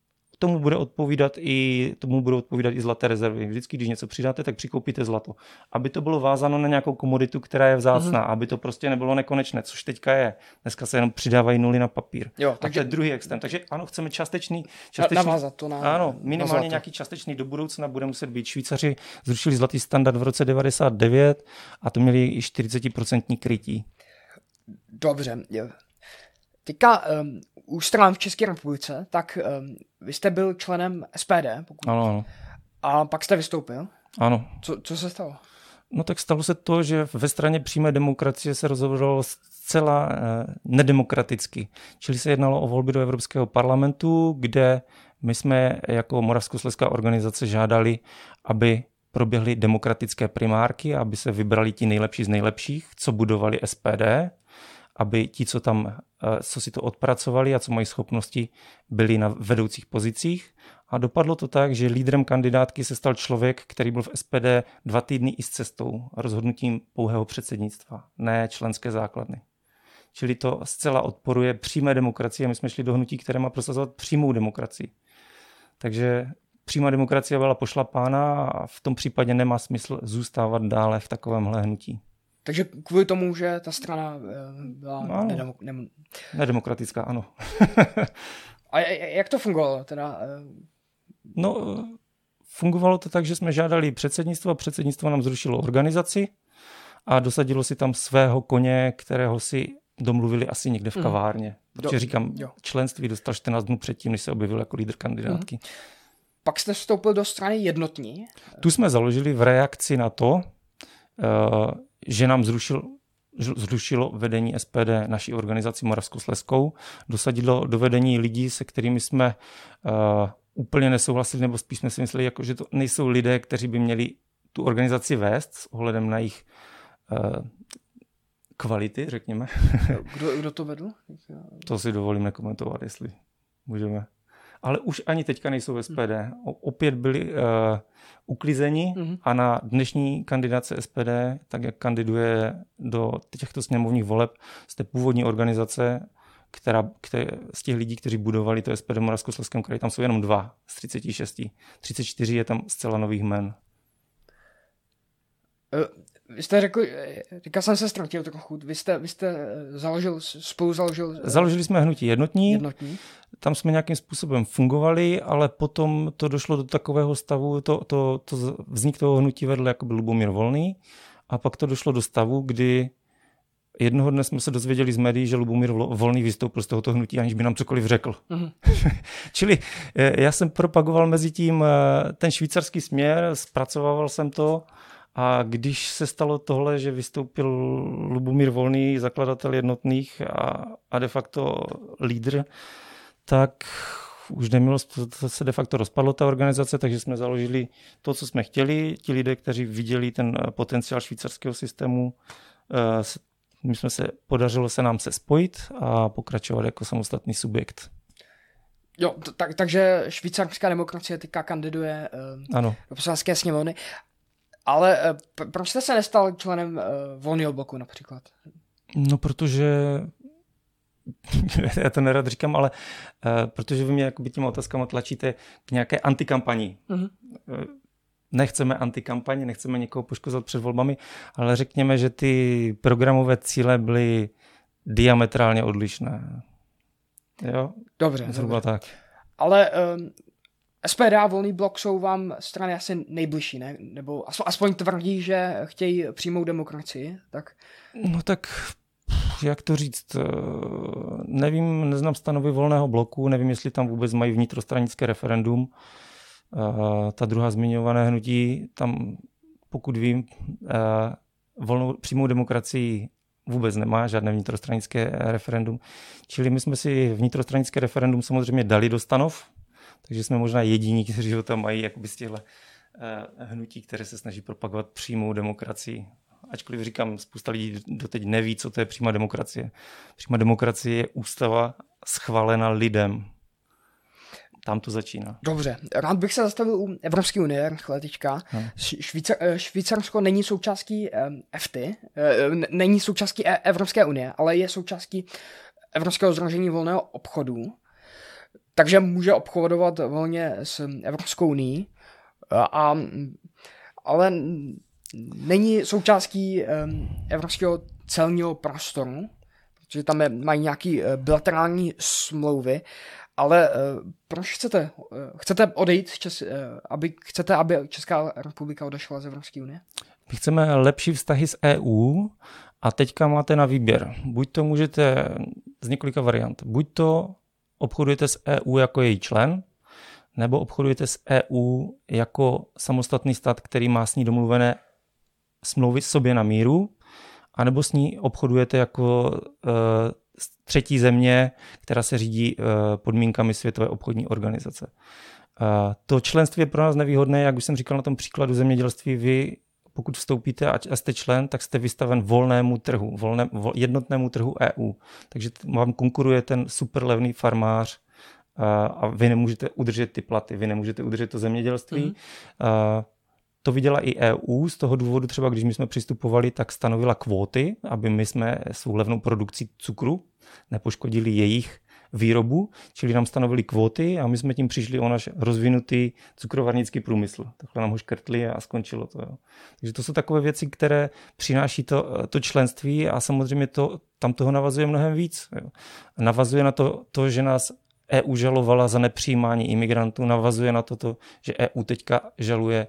tomu bude odpovídat i, tomu budou odpovídat i zlaté rezervy. Vždycky, když něco přidáte, tak přikoupíte zlato. Aby to bylo vázáno na nějakou komoditu, která je vzácná, mm-hmm. aby to prostě nebylo nekonečné, což teďka je. Dneska se jenom přidávají nuly na papír. Jo, takže to je druhý extrém. Takže ano, chceme částečný, částečný navázat to na, ano, minimálně na nějaký částečný do budoucna bude muset být. Švýcaři zrušili zlatý standard v roce devadesát devět a to měli i čtyřicet procent krytí. Dobře. Teďka um, u stran v České republice, tak um, vy jste byl členem S P D, pokud... Ano, ano. A pak jste vystoupil? Ano. Co, co se stalo? No tak stalo se to, že ve straně přímé demokracie se rozhodovalo zcela eh, nedemokraticky. Čili se jednalo o volby do Evropského parlamentu, kde my jsme jako Moravskoslezská organizace žádali, aby proběhly demokratické primárky, aby se vybrali ti nejlepší z nejlepších, co budovali S P D, aby ti, co tam, co si to odpracovali a co mají schopnosti, byli na vedoucích pozicích. A dopadlo to tak, že lídrem kandidátky se stal člověk, který byl v S P D dva týdny i s cestou rozhodnutím pouhého předsednictva, ne členské základny. Čili to zcela odporuje přímé demokracii a my jsme šli do hnutí, které má prosazovat přímou demokracii. Takže přímá demokracie byla pošlapána a v tom případě nemá smysl zůstávat dále v takovémhle hnutí. Takže kvůli tomu, že ta strana byla no, nedemo, ne... nedemokratická, ano. A jak to fungovalo teda? No, fungovalo to tak, že jsme žádali předsednictvo a předsednictvo nám zrušilo organizaci a dosadilo si tam svého koně, kterého si domluvili asi někde v kavárně. Mm. Protože říkám, jo. členství dostal čtrnáct dnů předtím, než se objevil jako lídr kandidátky. Mm. Pak jste vstoupil do strany Jednotní? Tu jsme založili v reakci na to, že nám zrušil, zrušilo vedení S P D naší organizaci Moravskoslezskou, dosadilo do vedení lidí, se kterými jsme uh, úplně nesouhlasili, nebo spíš jsme si mysleli, jako, že to nejsou lidé, kteří by měli tu organizaci vést s ohledem na jejich uh, kvality, řekněme. Kdo, kdo to vedl? To si dovolím nekomentovat, jestli můžeme. Ale už ani teďka nejsou v S P D. Opět byli uh, uklizeni mm-hmm. a na dnešní kandidace S P D, tak jak kandiduje do těchto sněmovních voleb z té původní organizace, která, které, z těch lidí, kteří budovali to S P D v Moravskoslezském kraji, tam jsou jenom dva z třicet šest. třicet čtyři je tam zcela nových jmen. Vy jste řekl, teďka jsem se ztratil trochu, vy jste, vy jste založil, spolu založil... Založili jsme hnutí Jednotní, Jednotní, tam jsme nějakým způsobem fungovali, ale potom to došlo do takového stavu, to, to, to vznik toho hnutí vedl jako byl Lubomír Volný a pak to došlo do stavu, kdy jednoho dne jsme se dozvěděli z médií, že Lubomír Volný vystoupil z tohoto hnutí, aniž by nám cokoliv řekl. Mm-hmm. Čili já jsem propagoval mezi tím ten švýcarský směr, zpracovával jsem to. A když se stalo tohle, že vystoupil Lubomír Volný, zakladatel Jednotných a, a de facto lídr, tak už nemělo, to se de facto rozpadlo ta organizace, takže jsme založili to, co jsme chtěli. Ti lidé, kteří viděli ten potenciál švýcarského systému, my jsme se, podařilo se nám se spojit a pokračovat jako samostatný subjekt. Jo, tak, takže švýcarská demokracie teďka kandiduje uh, do poslanecké sněmovny. Ale uh, proč jste se nestal členem uh, Volného bloku například? No, protože, já to nerad říkám, ale uh, protože vy mě jakoby těma otázkama tlačíte k nějaké antikampani. Uh-huh. Uh, nechceme antikampaně, nechceme někoho poškozovat před volbami, ale řekněme, že ty programové cíle byly diametrálně odlišné. Jo? Dobře. Zhruba dobře. tak. Ale um, S P D a Volný blok jsou vám strany asi nejbližší, ne? Nebo aspoň tvrdí, že chtějí přímou demokracii, tak? No tak, jak to říct, nevím, neznám stanovy Volného bloku, nevím, jestli tam vůbec mají vnitrostranické referendum. Ta druhá zmiňované hnutí, tam, pokud vím, volnou přímou demokracii vůbec nemá, žádné vnitrostranické referendum. Čili my jsme si vnitrostranické referendum samozřejmě dali do stanov, takže jsme možná jediní, kteří ho tam mají jakoby z těchto hnutí, které se snaží propagovat přímou demokracii. Ačkoliv říkám, spousta lidí doteď neví, co to je přímá demokracie. Přímá demokracie je ústava schválená lidem. Tam to začíná. Dobře, rád bych se zastavil u Evropské unie, rychle teďka. Švýcar, Švýcarsko není součástí F T A, není součástí Evropské unie, ale je součástí Evropského sdružení volného obchodu. takže může obchodovat volně s Evropskou unií, a, ale není součástí um, evropského celního prostoru, protože tam je, mají nějaký uh, bilaterální smlouvy, ale uh, proč chcete? Uh, chcete odejít, Čes, uh, aby, chcete, aby Česká republika odešla z Evropské unie? My chceme lepší vztahy s E U a teďka máte na výběr. Buď to můžete z několika variant. Buď to obchodujete s E U jako její člen, nebo obchodujete s E U jako samostatný stát, který má s ní domluvené smlouvy sobě na míru, anebo s ní obchodujete jako uh, třetí země, která se řídí uh, podmínkami Světové obchodní organizace. Uh, to členství je pro nás nevýhodné, jak už jsem říkal na tom příkladu zemědělství, vy pokud vstoupíte a jste člen, tak jste vystaven volnému trhu, volné, vol, jednotnému trhu E U. Takže vám konkuruje ten super levný farmář a, a vy nemůžete udržet ty platy, vy nemůžete udržet to zemědělství. Mm. A, to viděla i E U, z toho důvodu třeba, když my jsme přistupovali, tak stanovila kvóty, aby my jsme svou levnou produkcí cukru nepoškodili jejich výrobu, čili nám stanovili kvóty a my jsme tím přišli o náš rozvinutý cukrovarnický průmysl. Takhle nám ho škrtli a skončilo to. Jo. Takže to jsou takové věci, které přináší to, to členství a samozřejmě to, tam toho navazuje mnohem víc. Jo. Navazuje na to, to, že nás E U žalovala za nepřijímání imigrantů, navazuje na to, to že E U teďka žaluje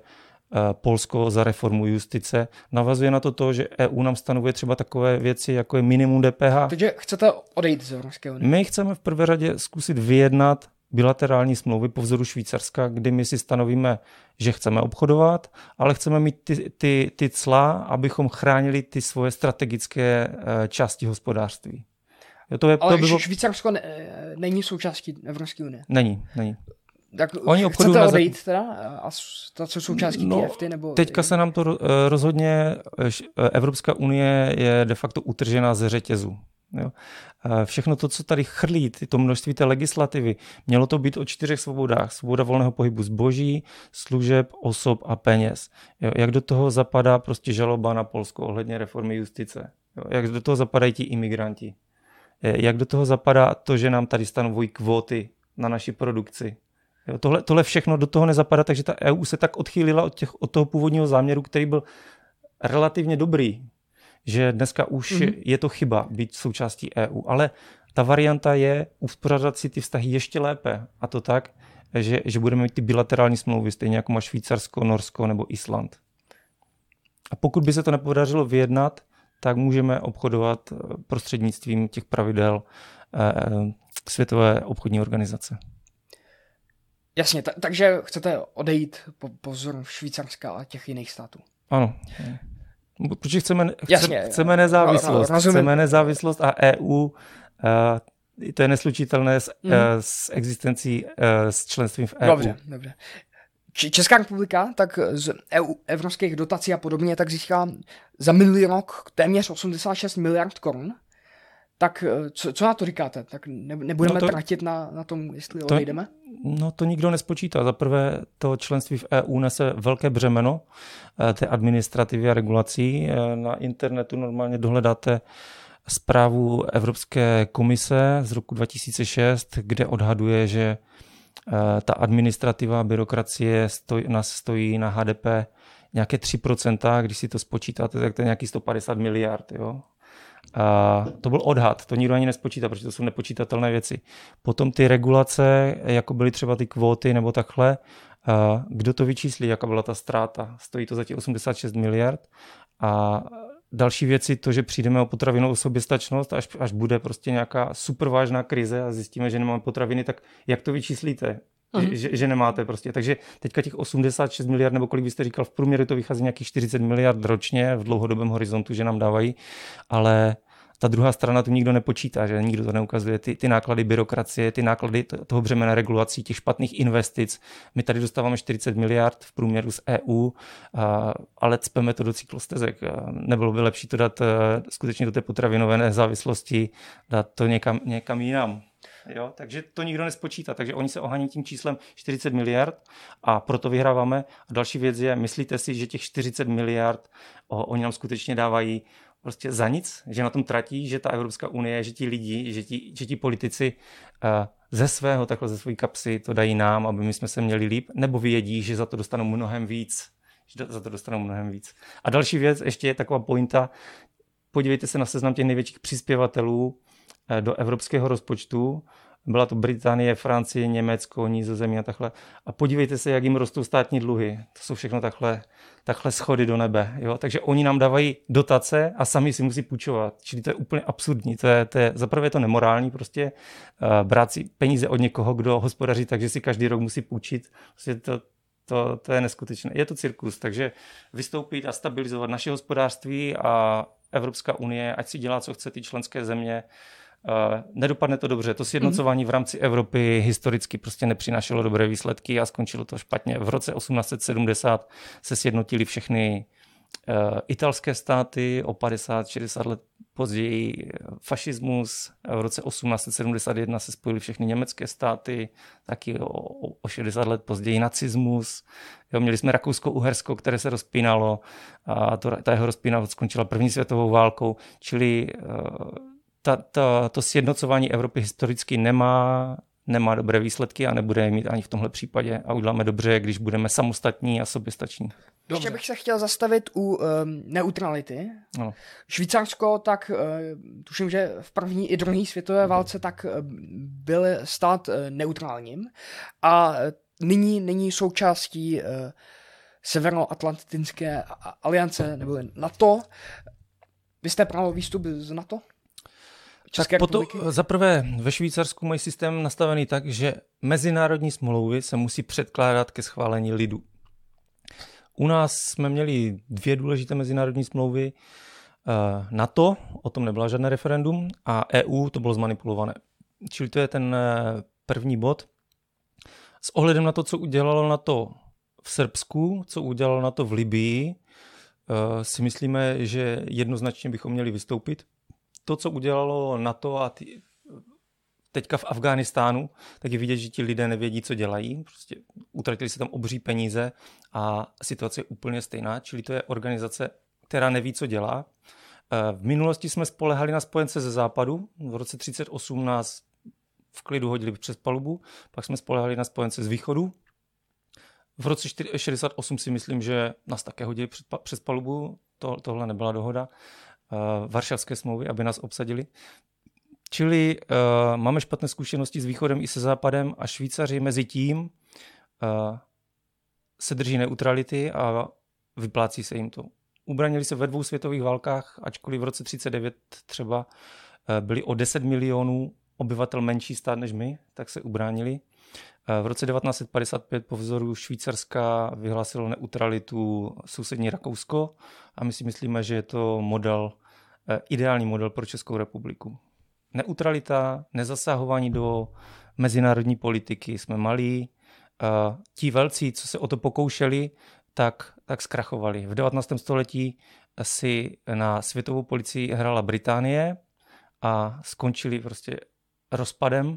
Polsko za reformu justice. Navazuje na to to, že E U nám stanovuje třeba takové věci, jako je minimum D P H. Takže chcete odejít z Evropské unie? My chceme v prvé řadě zkusit vyjednat bilaterální smlouvy po vzoru Švýcarska, kdy my si stanovíme, že chceme obchodovat, ale chceme mít ty, ty, ty cla, abychom chránili ty svoje strategické části hospodářství. Jo, to je, ale to bylo... Švýcarsko ne, není součástí Evropské unie? Není, není. Tak Oni chcete odejít teda? A to jsou součástí no, T F T? Nebo... Teďka se nám to rozhodně, Evropská unie je de facto utržená ze řetězu. Jo. Všechno to, co tady chrlí, to množství té legislativy, mělo to být o čtyřech svobodách. Svoboda volného pohybu zboží, služeb, osob a peněz. Jo. Jak do toho zapadá prostě žaloba na Polsko ohledně reformy justice? Jo. Jak do toho zapadají ti imigranti? Jak do toho zapadá to, že nám tady stanovují kvóty na naši produkci? Jo, tohle, tohle všechno do toho nezapadá, takže ta E U se tak odchýlila od, těch, od toho původního záměru, který byl relativně dobrý, že dneska už mm-hmm. je to chyba být součástí E U, ale ta varianta je uspořádat si ty vztahy ještě lépe a to tak, že, že budeme mít ty bilaterální smlouvy, stejně jako má Švýcarsko, Norsko nebo Island. A pokud by se to nepodařilo vyjednat, tak můžeme obchodovat prostřednictvím těch pravidel eh, Světové obchodní organizace. Jasně, t- takže chcete odejít po, po vzoru Švýcarska a těch jiných států. Ano. Protože chceme, Jasně, chce, chceme nezávislost. No, chceme nezávislost a E U, uh, to je neslučitelné s, mm. uh, s existencí, uh, s členstvím v E U. Dobře, dobře. Česká republika tak z E U, evropských dotací a podobně tak získá za minulý rok téměř osmdesát šest miliard korun. Tak co, co na to říkáte? Tak ne, nebudeme no to, tratit na, na tom, jestli to, odejdeme? No to nikdo nespočítá. Za prvé to členství v E U nese velké břemeno té administrativy a regulací. Na internetu normálně dohledáte zprávu Evropské komise z roku dva tisíce šest, kde odhaduje, že ta administrativa a byrokracie stoj, nás stojí na H D P nějaké tři procenta, když si to spočítáte, tak to je nějaký sto padesát miliard, jo. A to byl odhad, to nikdo ani nespočítá, protože to jsou nepočítatelné věci. Potom ty regulace, jako byly třeba ty kvóty nebo takhle, kdo to vyčíslí, jaká byla ta ztráta? Stojí to za těch osmdesát šest miliard. A další věci, to, že přijdeme o potravinovou soběstačnost, až, až bude prostě nějaká super vážná krize a zjistíme, že nemáme potraviny, tak jak to vyčíslíte? Mm. Že, že nemáte prostě. Takže teďka těch osmdesát šest miliard, nebo kolik byste říkal, v průměru to vychází nějakých čtyřicet miliard ročně v dlouhodobém horizontu, že nám dávají, ale ta druhá strana to nikdo nepočítá, že nikdo to neukazuje. Ty, ty náklady byrokracie, ty náklady toho břemena regulací, těch špatných investic. My tady dostáváme čtyřicet miliard v průměru z E U, a, ale cpeme to do cyklostezek. Nebylo by lepší to dát skutečně do té potravinové nezávislosti, dát to někam, někam jinam. Jo, takže to nikdo nespočítá, takže oni se ohání tím číslem čtyřicet miliard a proto vyhráváme. A další věc je, myslíte si, že těch čtyřicet miliard o, oni nám skutečně dávají prostě za nic, že na tom tratí, že ta Evropská unie, že ti lidi, že ti, že ti politici uh, ze svého, takhle ze své kapsy to dají nám, aby my jsme se měli líp, nebo vědí, že za to dostanou mnohem víc. Že za to dostanou mnohem víc. A další věc, ještě je taková pointa, podívejte se na seznam těch největších přispěvatelů do evropského rozpočtu. Byla to Británie, Francie, Německo, Nizozemí a takhle. A podívejte se, jak jim rostou státní dluhy. To jsou všechno takhle, takhle schody do nebe. Jo? Takže oni nám dávají dotace a sami si musí půjčovat. Čili to je úplně absurdní. To je, to je, zaprvé je to nemorální, prostě uh, brát si peníze od někoho, kdo hospodaří, takže si každý rok musí půjčit. Prostě to, to, to je neskutečné. Je to cirkus, takže vystoupit a stabilizovat naše hospodářství a Evropská unie, ať si dělá, co chce ty členské země. Uh, nedopadne to dobře. To sjednocování v rámci Evropy historicky prostě nepřinášelo dobré výsledky a skončilo to špatně. V roce osmnáct set sedmdesát se sjednotily všechny uh, italské státy, o padesát šedesát let později fašismus, v roce osmnáct set sedmdesát jedna se spojily všechny německé státy, taky o, o šedesát let později nacismus. Jo, měli jsme Rakousko-Uhersko, které se rozpínalo a to, ta jeho rozpínavost skončila první světovou válkou, čili uh, Ta, ta, to sjednocování Evropy historicky nemá, nemá dobré výsledky a nebude je mít ani v tomhle případě. A uděláme dobře, když budeme samostatní a soběstační. Ještě bych se chtěl zastavit u um, neutrality. No. Švýcarsko, tak uh, tuším, že v první i druhé světové válce tak uh, byl stát uh, neutrálním. A uh, nyní není součástí uh, Severoatlantické aliance nebo NATO. Vy jste právě výstup z NATO? Tak potom, za prvé ve Švýcarsku mají systém nastavený tak, že mezinárodní smlouvy se musí předkládat ke schválení lidu. U nás jsme měli dvě důležité mezinárodní smlouvy. NATO, o tom nebyla žádné referendum, a E U, to bylo zmanipulované. Čili to je ten první bod. S ohledem na to, co udělalo NATO v Srbsku, co udělalo NATO v Libyi, si myslíme, že jednoznačně bychom měli vystoupit. To, co udělalo NATO a ty, teďka v Afghánistánu, tak je vidět, že ti lidé nevědí, co dělají. Prostě utratili se tam obří peníze a situace je úplně stejná. Čili to je organizace, která neví, co dělá. V minulosti jsme spolehali na spojence ze západu. V roce třicet osm nás v klidu hodili přes palubu. Pak jsme spolehali na spojence z východu. V roce šedesát osm si myslím, že nás také hodili přes palubu. To, tohle nebyla dohoda. Varšavské smlouvy, aby nás obsadili. Čili uh, máme špatné zkušenosti s východem i se západem a Švýcaři mezi tím uh, se drží neutrality a vyplácí se jim to. Ubranili se ve dvou světových válkách, ačkoliv v roce třicet devět třeba uh, byli o deset milionů obyvatel menší stát než my, tak se ubránili. Uh, v roce devatenáct set padesát pět po vzoru Švýcarska vyhlásilo neutralitu sousední Rakousko a my si myslíme, že je to model, ideální model pro Českou republiku. Neutralita, nezasahování do mezinárodní politiky, jsme malí. Ti velcí, co se o to pokoušeli, tak, tak zkrachovali. V devatenáctém století si na světovou policii hrála Británie a skončili prostě rozpadem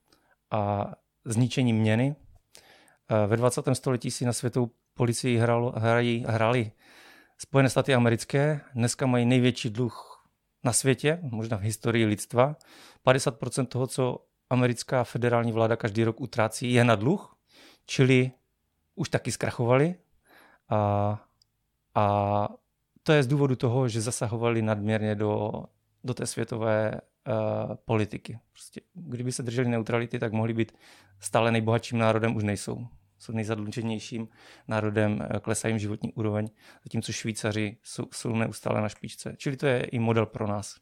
a zničením měny. Ve dvacátém století si na světovou policii hralo, hrají, hráli Spojené státy americké. Dneska mají největší dluh na světě, možná v historii lidstva. padesát procent toho, co americká federální vláda každý rok utrácí, je na dluh, čili už taky zkrachovali. A, a to je z důvodu toho, že zasahovali nadměrně do, do té světové uh, politiky. Prostě, kdyby se drželi neutrality, tak mohli být stále nejbohatším národem, už nejsou. Jsou nejzadluženějším národem, klesá jim životní úroveň, zatímco Švýcaři jsou, jsou neustále na špičce. Čili to je i model pro nás.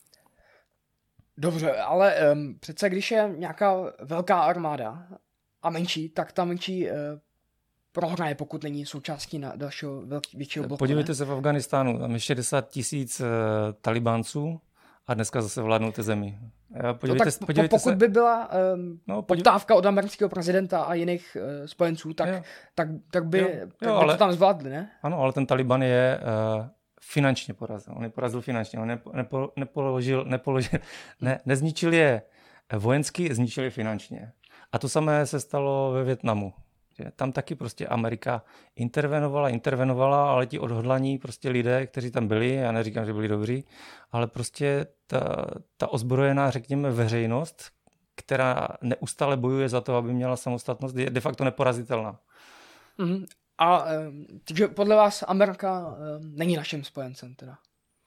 Dobře, ale um, přece když je nějaká velká armáda a menší, tak ta menší uh, prohraje, pokud není součástí na dalšího velký, většího bloku. Podívejte ne? se v Afghánistánu, tam je šedesát tisíc uh, Talibánců a dneska zase vládnou té zemi. Podívejte, no tak podívejte pokud se. by byla um, no, podív... poptávka od amerického prezidenta a jiných uh, spojenců, tak, tak, tak by, jo. tak Jo, by ale... to tam zvládli, ne? Ano, ale ten Taliban je uh, finančně porazil. On je porazil finančně. On nepo, nepo, nepoložil, nepoložil, ne, nezničil je vojensky, zničil je finančně. A to samé se stalo ve Vietnamu. Že tam taky prostě Amerika intervenovala, intervenovala, ale ti odhodlaní prostě lidé, kteří tam byli, já neříkám, že byli dobří, ale prostě ta, ta ozbrojená, řekněme, veřejnost, která neustále bojuje za to, aby měla samostatnost, je de facto neporazitelná. Mm-hmm. A takže podle vás Amerika není naším spojencem teda?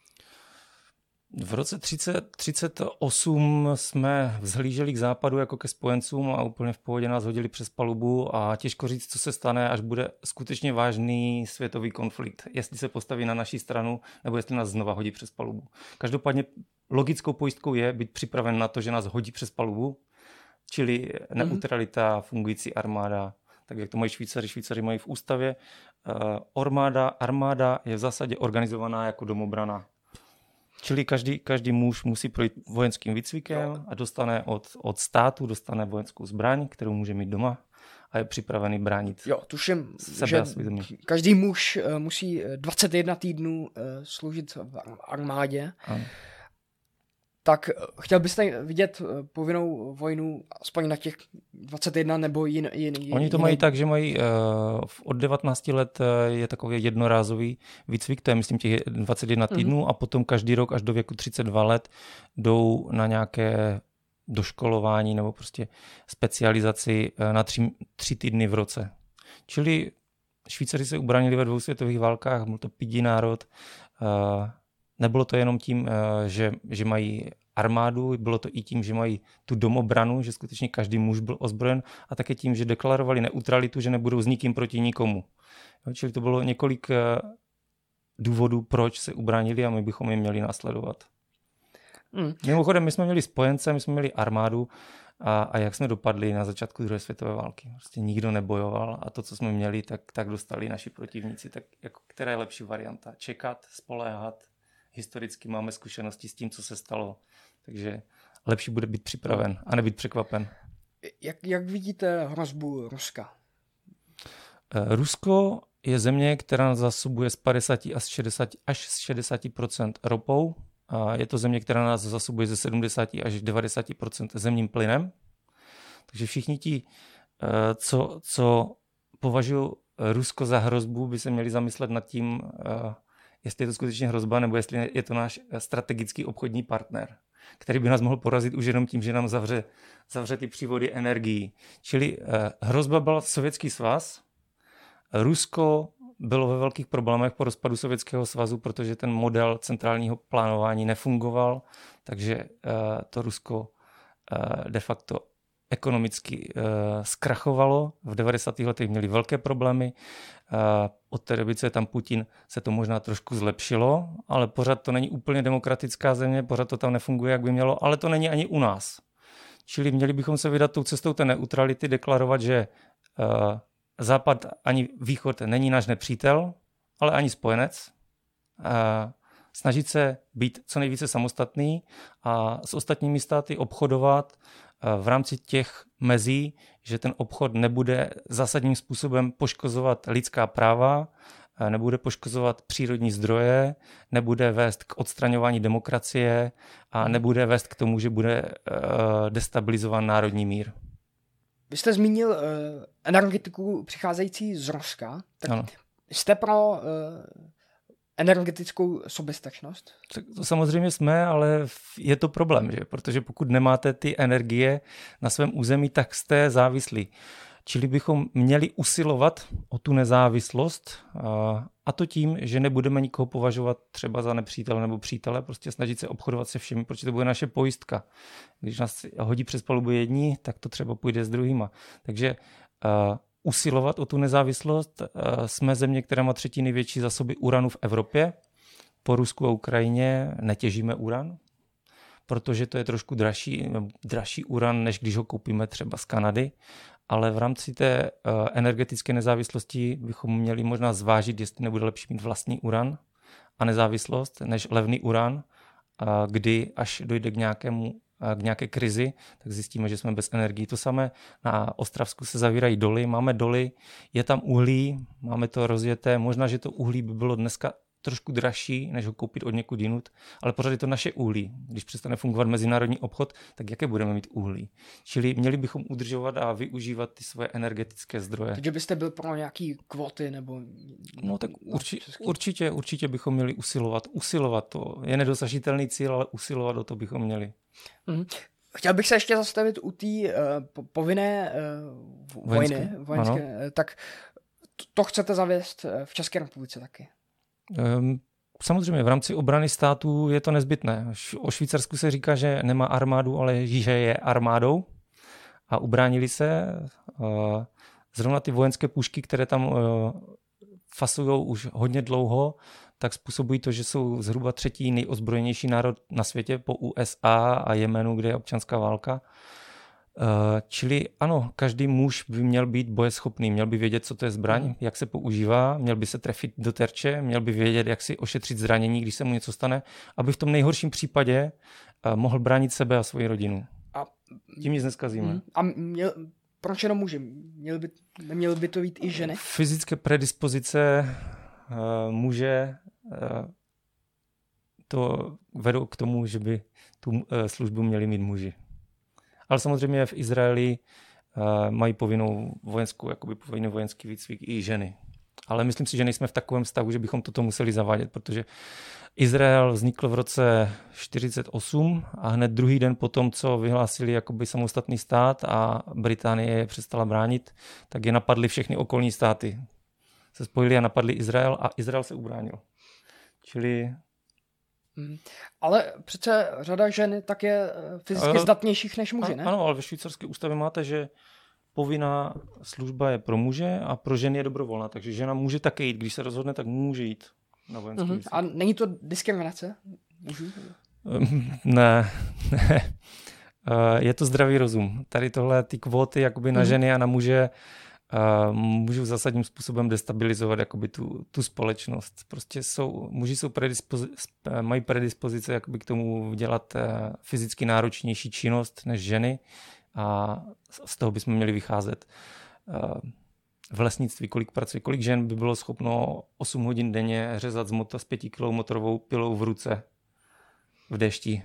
V roce třicet třicet osm jsme vzhlíželi k západu jako ke spojencům a úplně v pohodě nás hodili přes palubu a těžko říct, co se stane, až bude skutečně vážný světový konflikt. Jestli se postaví na naší stranu, nebo jestli nás znova hodí přes palubu. Každopádně logickou pojistkou je být připraven na to, že nás hodí přes palubu, čili neutralita, fungující armáda, tak jak to mají Švýcaři, Švýcaři mají v ústavě. Armáda, armáda je v zásadě organizovaná jako domobrana. Čili každý, každý muž musí projít vojenským výcvikem a dostane od, od státu dostane vojenskou zbraň, kterou může mít doma a je připravený bránit jo, tuším, sebe že a svůj země. Každý muž musí dvacet jedna týdnů sloužit v armádě. Ano. Tak chtěl byste vidět povinnou vojnu aspoň na těch dvacet jedna nebo jiný? Jin, Oni to jiný... mají tak, že mají uh, od devatenácti let uh, je takový jednorázový výcvik, to je myslím těch dvacet jedna týdnů mm-hmm. a potom každý rok až do věku třicet dva let jdou na nějaké doškolování nebo prostě specializaci uh, na tři, tři týdny v roce. Čili Švýcaři se ubránili ve dvou světových válkách, byl to pidi národ. Uh, Nebylo to jenom tím, že, že mají armádu, bylo to i tím, že mají tu domobranu, že skutečně každý muž byl ozbrojen a také tím, že deklarovali neutralitu, že nebudou s nikým proti nikomu. Jo, čili to bylo několik důvodů, proč se ubránili a my bychom je měli následovat. Mm. Mimochodem, my jsme měli spojence, my jsme měli armádu a, a jak jsme dopadli na začátku druhé světové války. Prostě nikdo nebojoval a to, co jsme měli, tak, tak dostali naši protivníci. Tak jako, která je lepší varianta? Čekat, spoléhat. Historicky máme zkušenosti s tím, co se stalo. Takže lepší bude být připraven a nebýt překvapen. Jak, jak vidíte hrozbu Ruska? Rusko je země, která nás zásobuje z padesát až z šedesát procent ropou. A je to země, která nás zásobuje ze sedmdesát až devadesát procent zemním plynem. Takže všichni ti, co, co považují Rusko za hrozbu, by se měli zamyslet nad tím, jestli je to skutečně hrozba, nebo jestli je to náš strategický obchodní partner, který by nás mohl porazit už jenom tím, že nám zavře, zavře ty přívody energií. Čili eh, hrozba byl Sovětský svaz. Rusko bylo ve velkých problémech po rozpadu Sovětského svazu, protože ten model centrálního plánování nefungoval, takže eh, to Rusko eh, de facto ekonomicky uh, zkrachovalo. V devadesátých letech měli velké problémy. Uh, od té doby, co je tam Putin, se to možná trošku zlepšilo, ale pořád to není úplně demokratická země, pořád to tam nefunguje, jak by mělo, ale to není ani u nás. Čili měli bychom se vydat tou cestou té neutrality, deklarovat, že uh, Západ ani Východ není náš nepřítel, ale ani spojenec. Uh, snažit se být co nejvíce samostatný a s ostatními státy obchodovat v rámci těch mezí, že ten obchod nebude zásadním způsobem poškozovat lidská práva, nebude poškozovat přírodní zdroje, nebude vést k odstraňování demokracie a nebude vést k tomu, že bude destabilizován národní mír. Vy jste zmínil uh, energetiku přicházející z Ruska. Tak ano. Jste pro uh, energetickou soběstačnost? To samozřejmě jsme, ale je to problém, že? Protože pokud nemáte ty energie na svém území, tak jste závislí. Čili bychom měli usilovat o tu nezávislost a to tím, že nebudeme nikoho považovat třeba za nepřítele nebo přítele, prostě snažit se obchodovat se všemi, protože to bude naše pojistka. Když nás hodí přes palubu jedni, tak to třeba půjde s druhýma. Takže uh, usilovat o tu nezávislost. Uh, jsme země, která má třetí největší zásoby uranu v Evropě. Po Rusku a Ukrajině netěžíme uran, protože to je trošku dražší, dražší uran, než když ho koupíme třeba z Kanady. Ale v rámci té uh, energetické nezávislosti bychom měli možná zvážit, jestli nebude lepší mít vlastní uran a nezávislost, než levný uran, uh, kdy až dojde k, nějakému, uh, k nějaké krizi, tak zjistíme, že jsme bez energií. To samé na Ostravsku se zavírají doly, máme doly, je tam uhlí, máme to rozjeté, možná, že to uhlí by bylo dneska trošku dražší, než ho koupit od někud jinut, ale pořád je to naše uhlí. Když přestane fungovat mezinárodní obchod, tak jaké budeme mít uhlí? Čili měli bychom udržovat a využívat ty svoje energetické zdroje. Takže byste byl pro nějaký kvóty nebo... No tak urči, určitě, určitě bychom měli usilovat. Usilovat to je nedosažitelný cíl, ale usilovat o to bychom měli. Mm. Chtěl bych se ještě zastavit u té uh, povinné uh, vojny, vojenské, tak to, to chcete zavést v České republice taky? Um, samozřejmě v rámci obrany státu je to nezbytné. O Švýcarsku se říká, že nemá armádu, ale že je armádou a ubránili se. Uh, zrovna ty vojenské pušky, které tam uh, fasujou už hodně dlouho, tak způsobují to, že jsou zhruba třetí nejozbrojenější národ na světě po U S A a Jemenu, kde je občanská válka. Čili ano, každý muž by měl být bojeschopný, měl by vědět, co to je zbraň, jak se používá, měl by se trefit do terče, měl by vědět, jak si ošetřit zranění, když se mu něco stane, aby v tom nejhorším případě mohl bránit sebe a svoji rodinu. A tím nic neskazíme. A měl, proč jenom muži? Měl by, neměly by to být i ženy? Fyzické predispozice uh, muže uh, to vedou k tomu, že by tu uh, službu měli mít muži. Ale samozřejmě v Izraeli uh, mají povinnou vojenskou, jakoby povinný vojenský výcvik i ženy. Ale myslím si, že nejsme v takovém stavu, že bychom toto museli zavádět, protože Izrael vznikl v roce čtyřicet osm a hned druhý den potom, co vyhlásili jakoby samostatný stát a Británie je přestala bránit, tak je napadly všechny okolní státy. Se spojili a napadli Izrael a Izrael se ubránil. Čili... Hmm. Ale přece řada žen tak je fyzicky zdatnějších než muži, ne? Ano, ale ve švýcarské ústavě máte, že povinná služba je pro muže a pro ženy je dobrovolná, takže žena může také jít, když se rozhodne, tak může jít na vojenský výcvik. A není to diskriminace mužů? Ne, ne. Je to zdravý rozum. Tady tohle, ty kvóty jakoby na ženy a na muže uh, můžou zásadním způsobem destabilizovat jakoby tu, tu společnost. Prostě jsou, muži jsou predispozi- mají predispozice jakoby k tomu dělat uh, fyzicky náročnější činnost než ženy a z toho bychom měli vycházet. Uh, v lesnictví, kolik pracuje, kolik žen by bylo schopno osm hodin denně řezat z, mota, z pěti kilou motorovou pilou v ruce v dešti.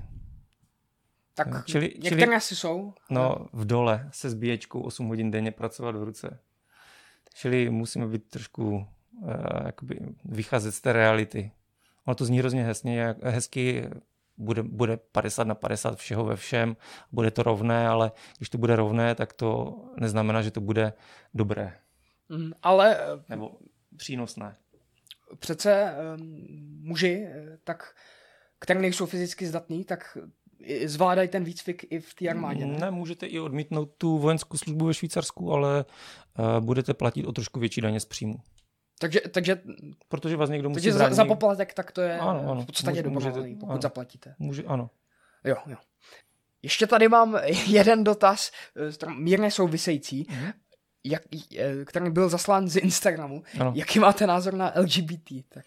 Tak čili, některé čili, asi jsou. No, v dole se zbíječkou osm hodin denně pracovat v ruce. Čili musíme být trošku uh, jakoby vycházet z té reality. Ono to zní hrozně hezně, hezky, bude, bude padesát na padesát všeho ve všem, bude to rovné, ale když to bude rovné, tak to neznamená, že to bude dobré. Mm, ale... Nebo přínosné. Přece um, muži, tak, kteří nejsou fyzicky zdatní, tak zvládají ten výcvik i v té armádě. Ne? ne, můžete i odmítnout tu vojenskou službu ve Švýcarsku, ale uh, budete platit o trošku větší daně z příjmu. Takže, takže, protože vás někdo musí takže bránit. za, za poplatek tak to je ano, ano. v podstatě dobrovolný, pokud ano. zaplatíte. Může, ano. Jo, jo. Ještě tady mám jeden dotaz, mírně související, mm-hmm. jak, který byl zaslán z Instagramu. Ano. Jaký máte názor na L G B T? Tak.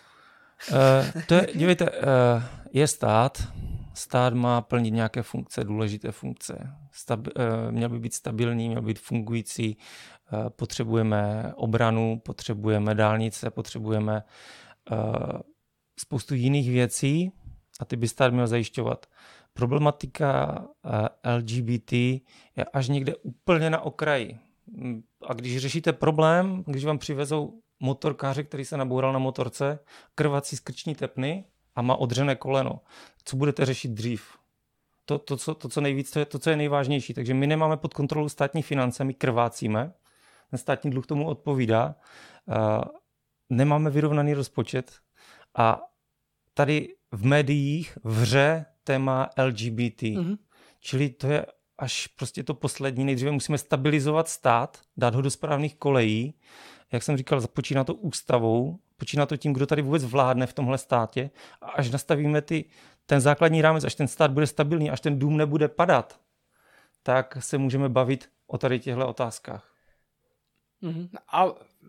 Uh, to je, dívejte, uh, je stát, stát má plnit nějaké funkce, důležité funkce. Stabi- uh, měl by být stabilní, měl by být fungující. Uh, potřebujeme obranu, potřebujeme dálnice, potřebujeme uh, spoustu jiných věcí a ty by stát měl zajišťovat. Problematika uh, L G B T je až někde úplně na okraji. A když řešíte problém, když vám přivezou motorkáře, který se naboural na motorce, krvací z krční tepny a má odřené koleno, co budete řešit dřív? To, to, co, to, co nejvíc, to je to, co je nejvážnější. Takže my nemáme pod kontrolou státní finance, my krvácíme, ten státní dluh tomu odpovídá, uh, nemáme vyrovnaný rozpočet a tady v médiích vře téma L G B T. Mm-hmm. Čili to je až prostě to poslední. Nejdříve musíme stabilizovat stát, dát ho do správných kolejí. Jak jsem říkal, počíná to ústavou, počíná to tím, kdo tady vůbec vládne v tomhle státě a až nastavíme ty, ten základní rámec, až ten stát bude stabilní, až ten dům nebude padat, tak se můžeme bavit o tady těchto otázkách. Mm-hmm. A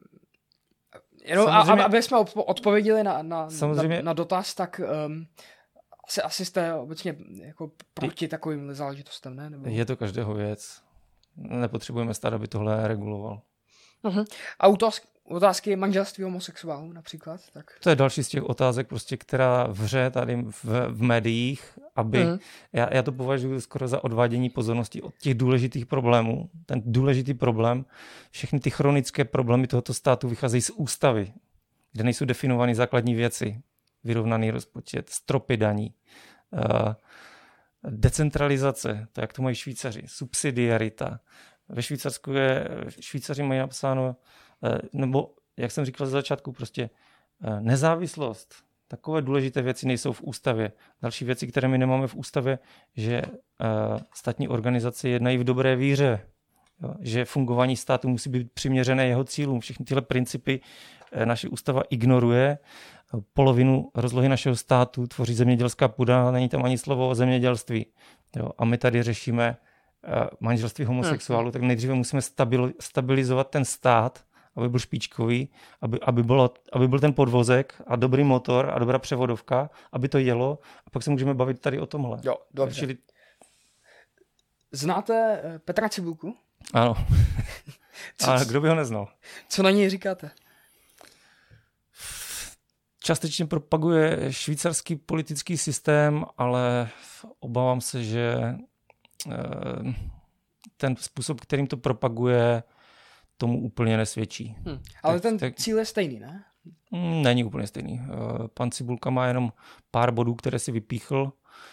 jenom, a, aby jsme odpověděli na, na, na, na dotaz, tak um, asi, asi jste obecně jako proti takovým záležitostem, ne? Nebo... Je to každého věc. Nepotřebujeme stát, aby tohle reguloval. Uh-huh. A otázky, otázky manželství homosexuálů například? Tak... To je další z těch otázek, prostě, která vře tady v, v médiích, aby... Uh-huh. Já, já to považuji skoro za odvádění pozornosti od těch důležitých problémů. Ten důležitý problém, všechny ty chronické problémy tohoto státu vycházejí z ústavy, kde nejsou definovány základní věci. Vyrovnaný rozpočet, stropy daní, uh, decentralizace, to jak to mají Švýcaři, subsidiarita. Ve Švýcarsku je, Švýcaři mají napsáno, nebo jak jsem říkal za začátku, prostě nezávislost. Takové důležité věci nejsou v ústavě. Další věci, které my nemáme v ústavě, že státní organizace jednají v dobré víře, jo, že fungování státu musí být přiměřené jeho cílům. Všechny tyhle principy naše ústava ignoruje. Polovinu rozlohy našeho státu tvoří zemědělská půda, není tam ani slovo o zemědělství. Jo, a my tady řešíme manželství homosexuálů, tak nejdříve musíme stabilizovat ten stát, aby byl špičkový, aby, aby, bylo, aby byl ten podvozek a dobrý motor a dobrá převodovka, aby to jelo, a pak se můžeme bavit tady o tomhle. Jo, dobře. Čili... Znáte Petra Cibulku? Ano. A kdo by ho neznal? Co na něj říkáte? Částečně propaguje švýcarský politický systém, ale obávám se, že ten způsob, kterým to propaguje, tomu úplně nesvědčí. Hmm. Ale tak, ten tak, cíl je stejný, ne? Není úplně stejný. Pan Cibulka má jenom pár bodů, které si vypíchl.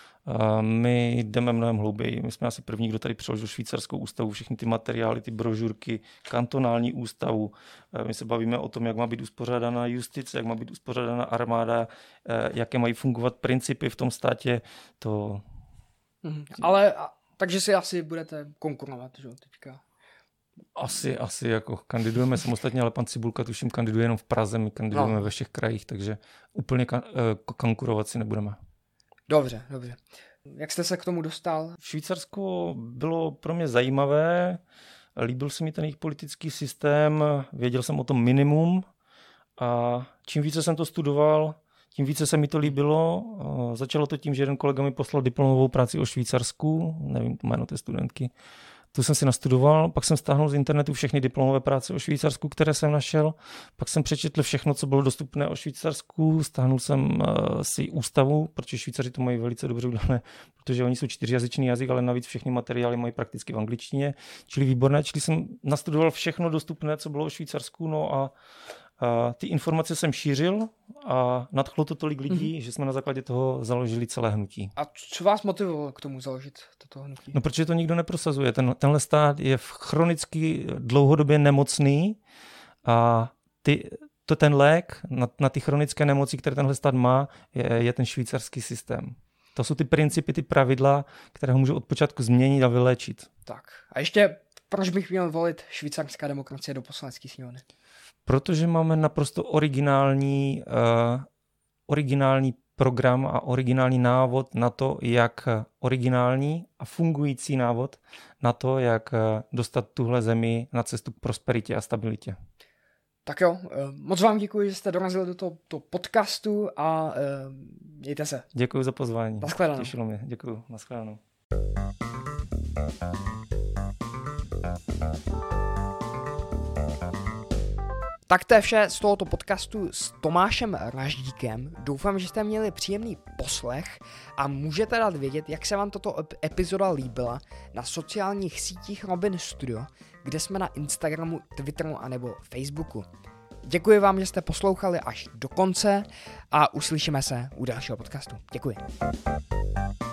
My jdeme mnohem hlouběji. My jsme asi první, kdo tady přeložil švýcarskou ústavu, všechny ty materiály, ty brožurky, kantonální ústavu. My se bavíme o tom, jak má být uspořádána justice, jak má být uspořádána armáda, jaké mají fungovat principy v tom státě. To... Hmm. Ale takže si asi budete konkurovat, že teďka? Asi, asi jako kandidujeme samostatně, ale pan Cibulka tuším kandiduje jenom v Praze, my kandidujeme no. ve všech krajích, takže úplně kan- konkurovat si nebudeme. Dobře, dobře. Jak jste se k tomu dostal? Švýcarsko bylo pro mě zajímavé, líbil se mi ten jejich politický systém, věděl jsem o tom minimum a čím více jsem to studoval, tím více se mi to líbilo. Začalo to tím, že jeden kolega mi poslal diplomovou práci o Švýcarsku, nevím jméno té studentky. Tu jsem si nastudoval, pak jsem stáhnul z internetu všechny diplomové práce o Švýcarsku, které jsem našel, pak jsem přečetl všechno, co bylo dostupné o Švýcarsku, stáhnul jsem uh, si ústavu, protože Švýcaři to mají velice dobře udělané, protože oni jsou čtyřjazyčný jazyk, ale navíc všechny materiály mají prakticky v angličtině, čili výborné, čili jsem nastudoval všechno dostupné, co bylo o Švýcarsku, no a Uh, ty informace jsem šířil a nadchlo to tolik lidí, mm-hmm. že jsme na základě toho založili celé hnutí. A co vás motivovalo k tomu založit toto hnutí? No, protože to nikdo neprosazuje. Ten, tenhle stát je chronicky dlouhodobě nemocný a ty, to ten lék na, na ty chronické nemoci, které tenhle stát má, je, je ten švýcarský systém. To jsou ty principy, ty pravidla, které ho můžou od počátku změnit a vyléčit. Tak a ještě, proč bych měl volit švýcarská demokracie do poslanecké sněmovny? Protože máme naprosto originální, uh, originální program a originální návod na to, jak originální a fungující návod na to, jak dostat tuhle zemi na cestu k prosperitě a stabilitě. Tak jo, moc vám děkuji, že jste dorazili do toho, toho podcastu a uh, mějte se. Děkuji za pozvání. Naschledanou. Těšilo mě. Děkuji. Naschledanou. Tak to je vše z tohoto podcastu s Tomášem Raždíkem. Doufám, že jste měli příjemný poslech a můžete dát vědět, jak se vám tato epizoda líbila na sociálních sítích Robin Studio, kde jsme na Instagramu, Twitteru a nebo Facebooku. Děkuji vám, že jste poslouchali až do konce a uslyšíme se u dalšího podcastu. Děkuji.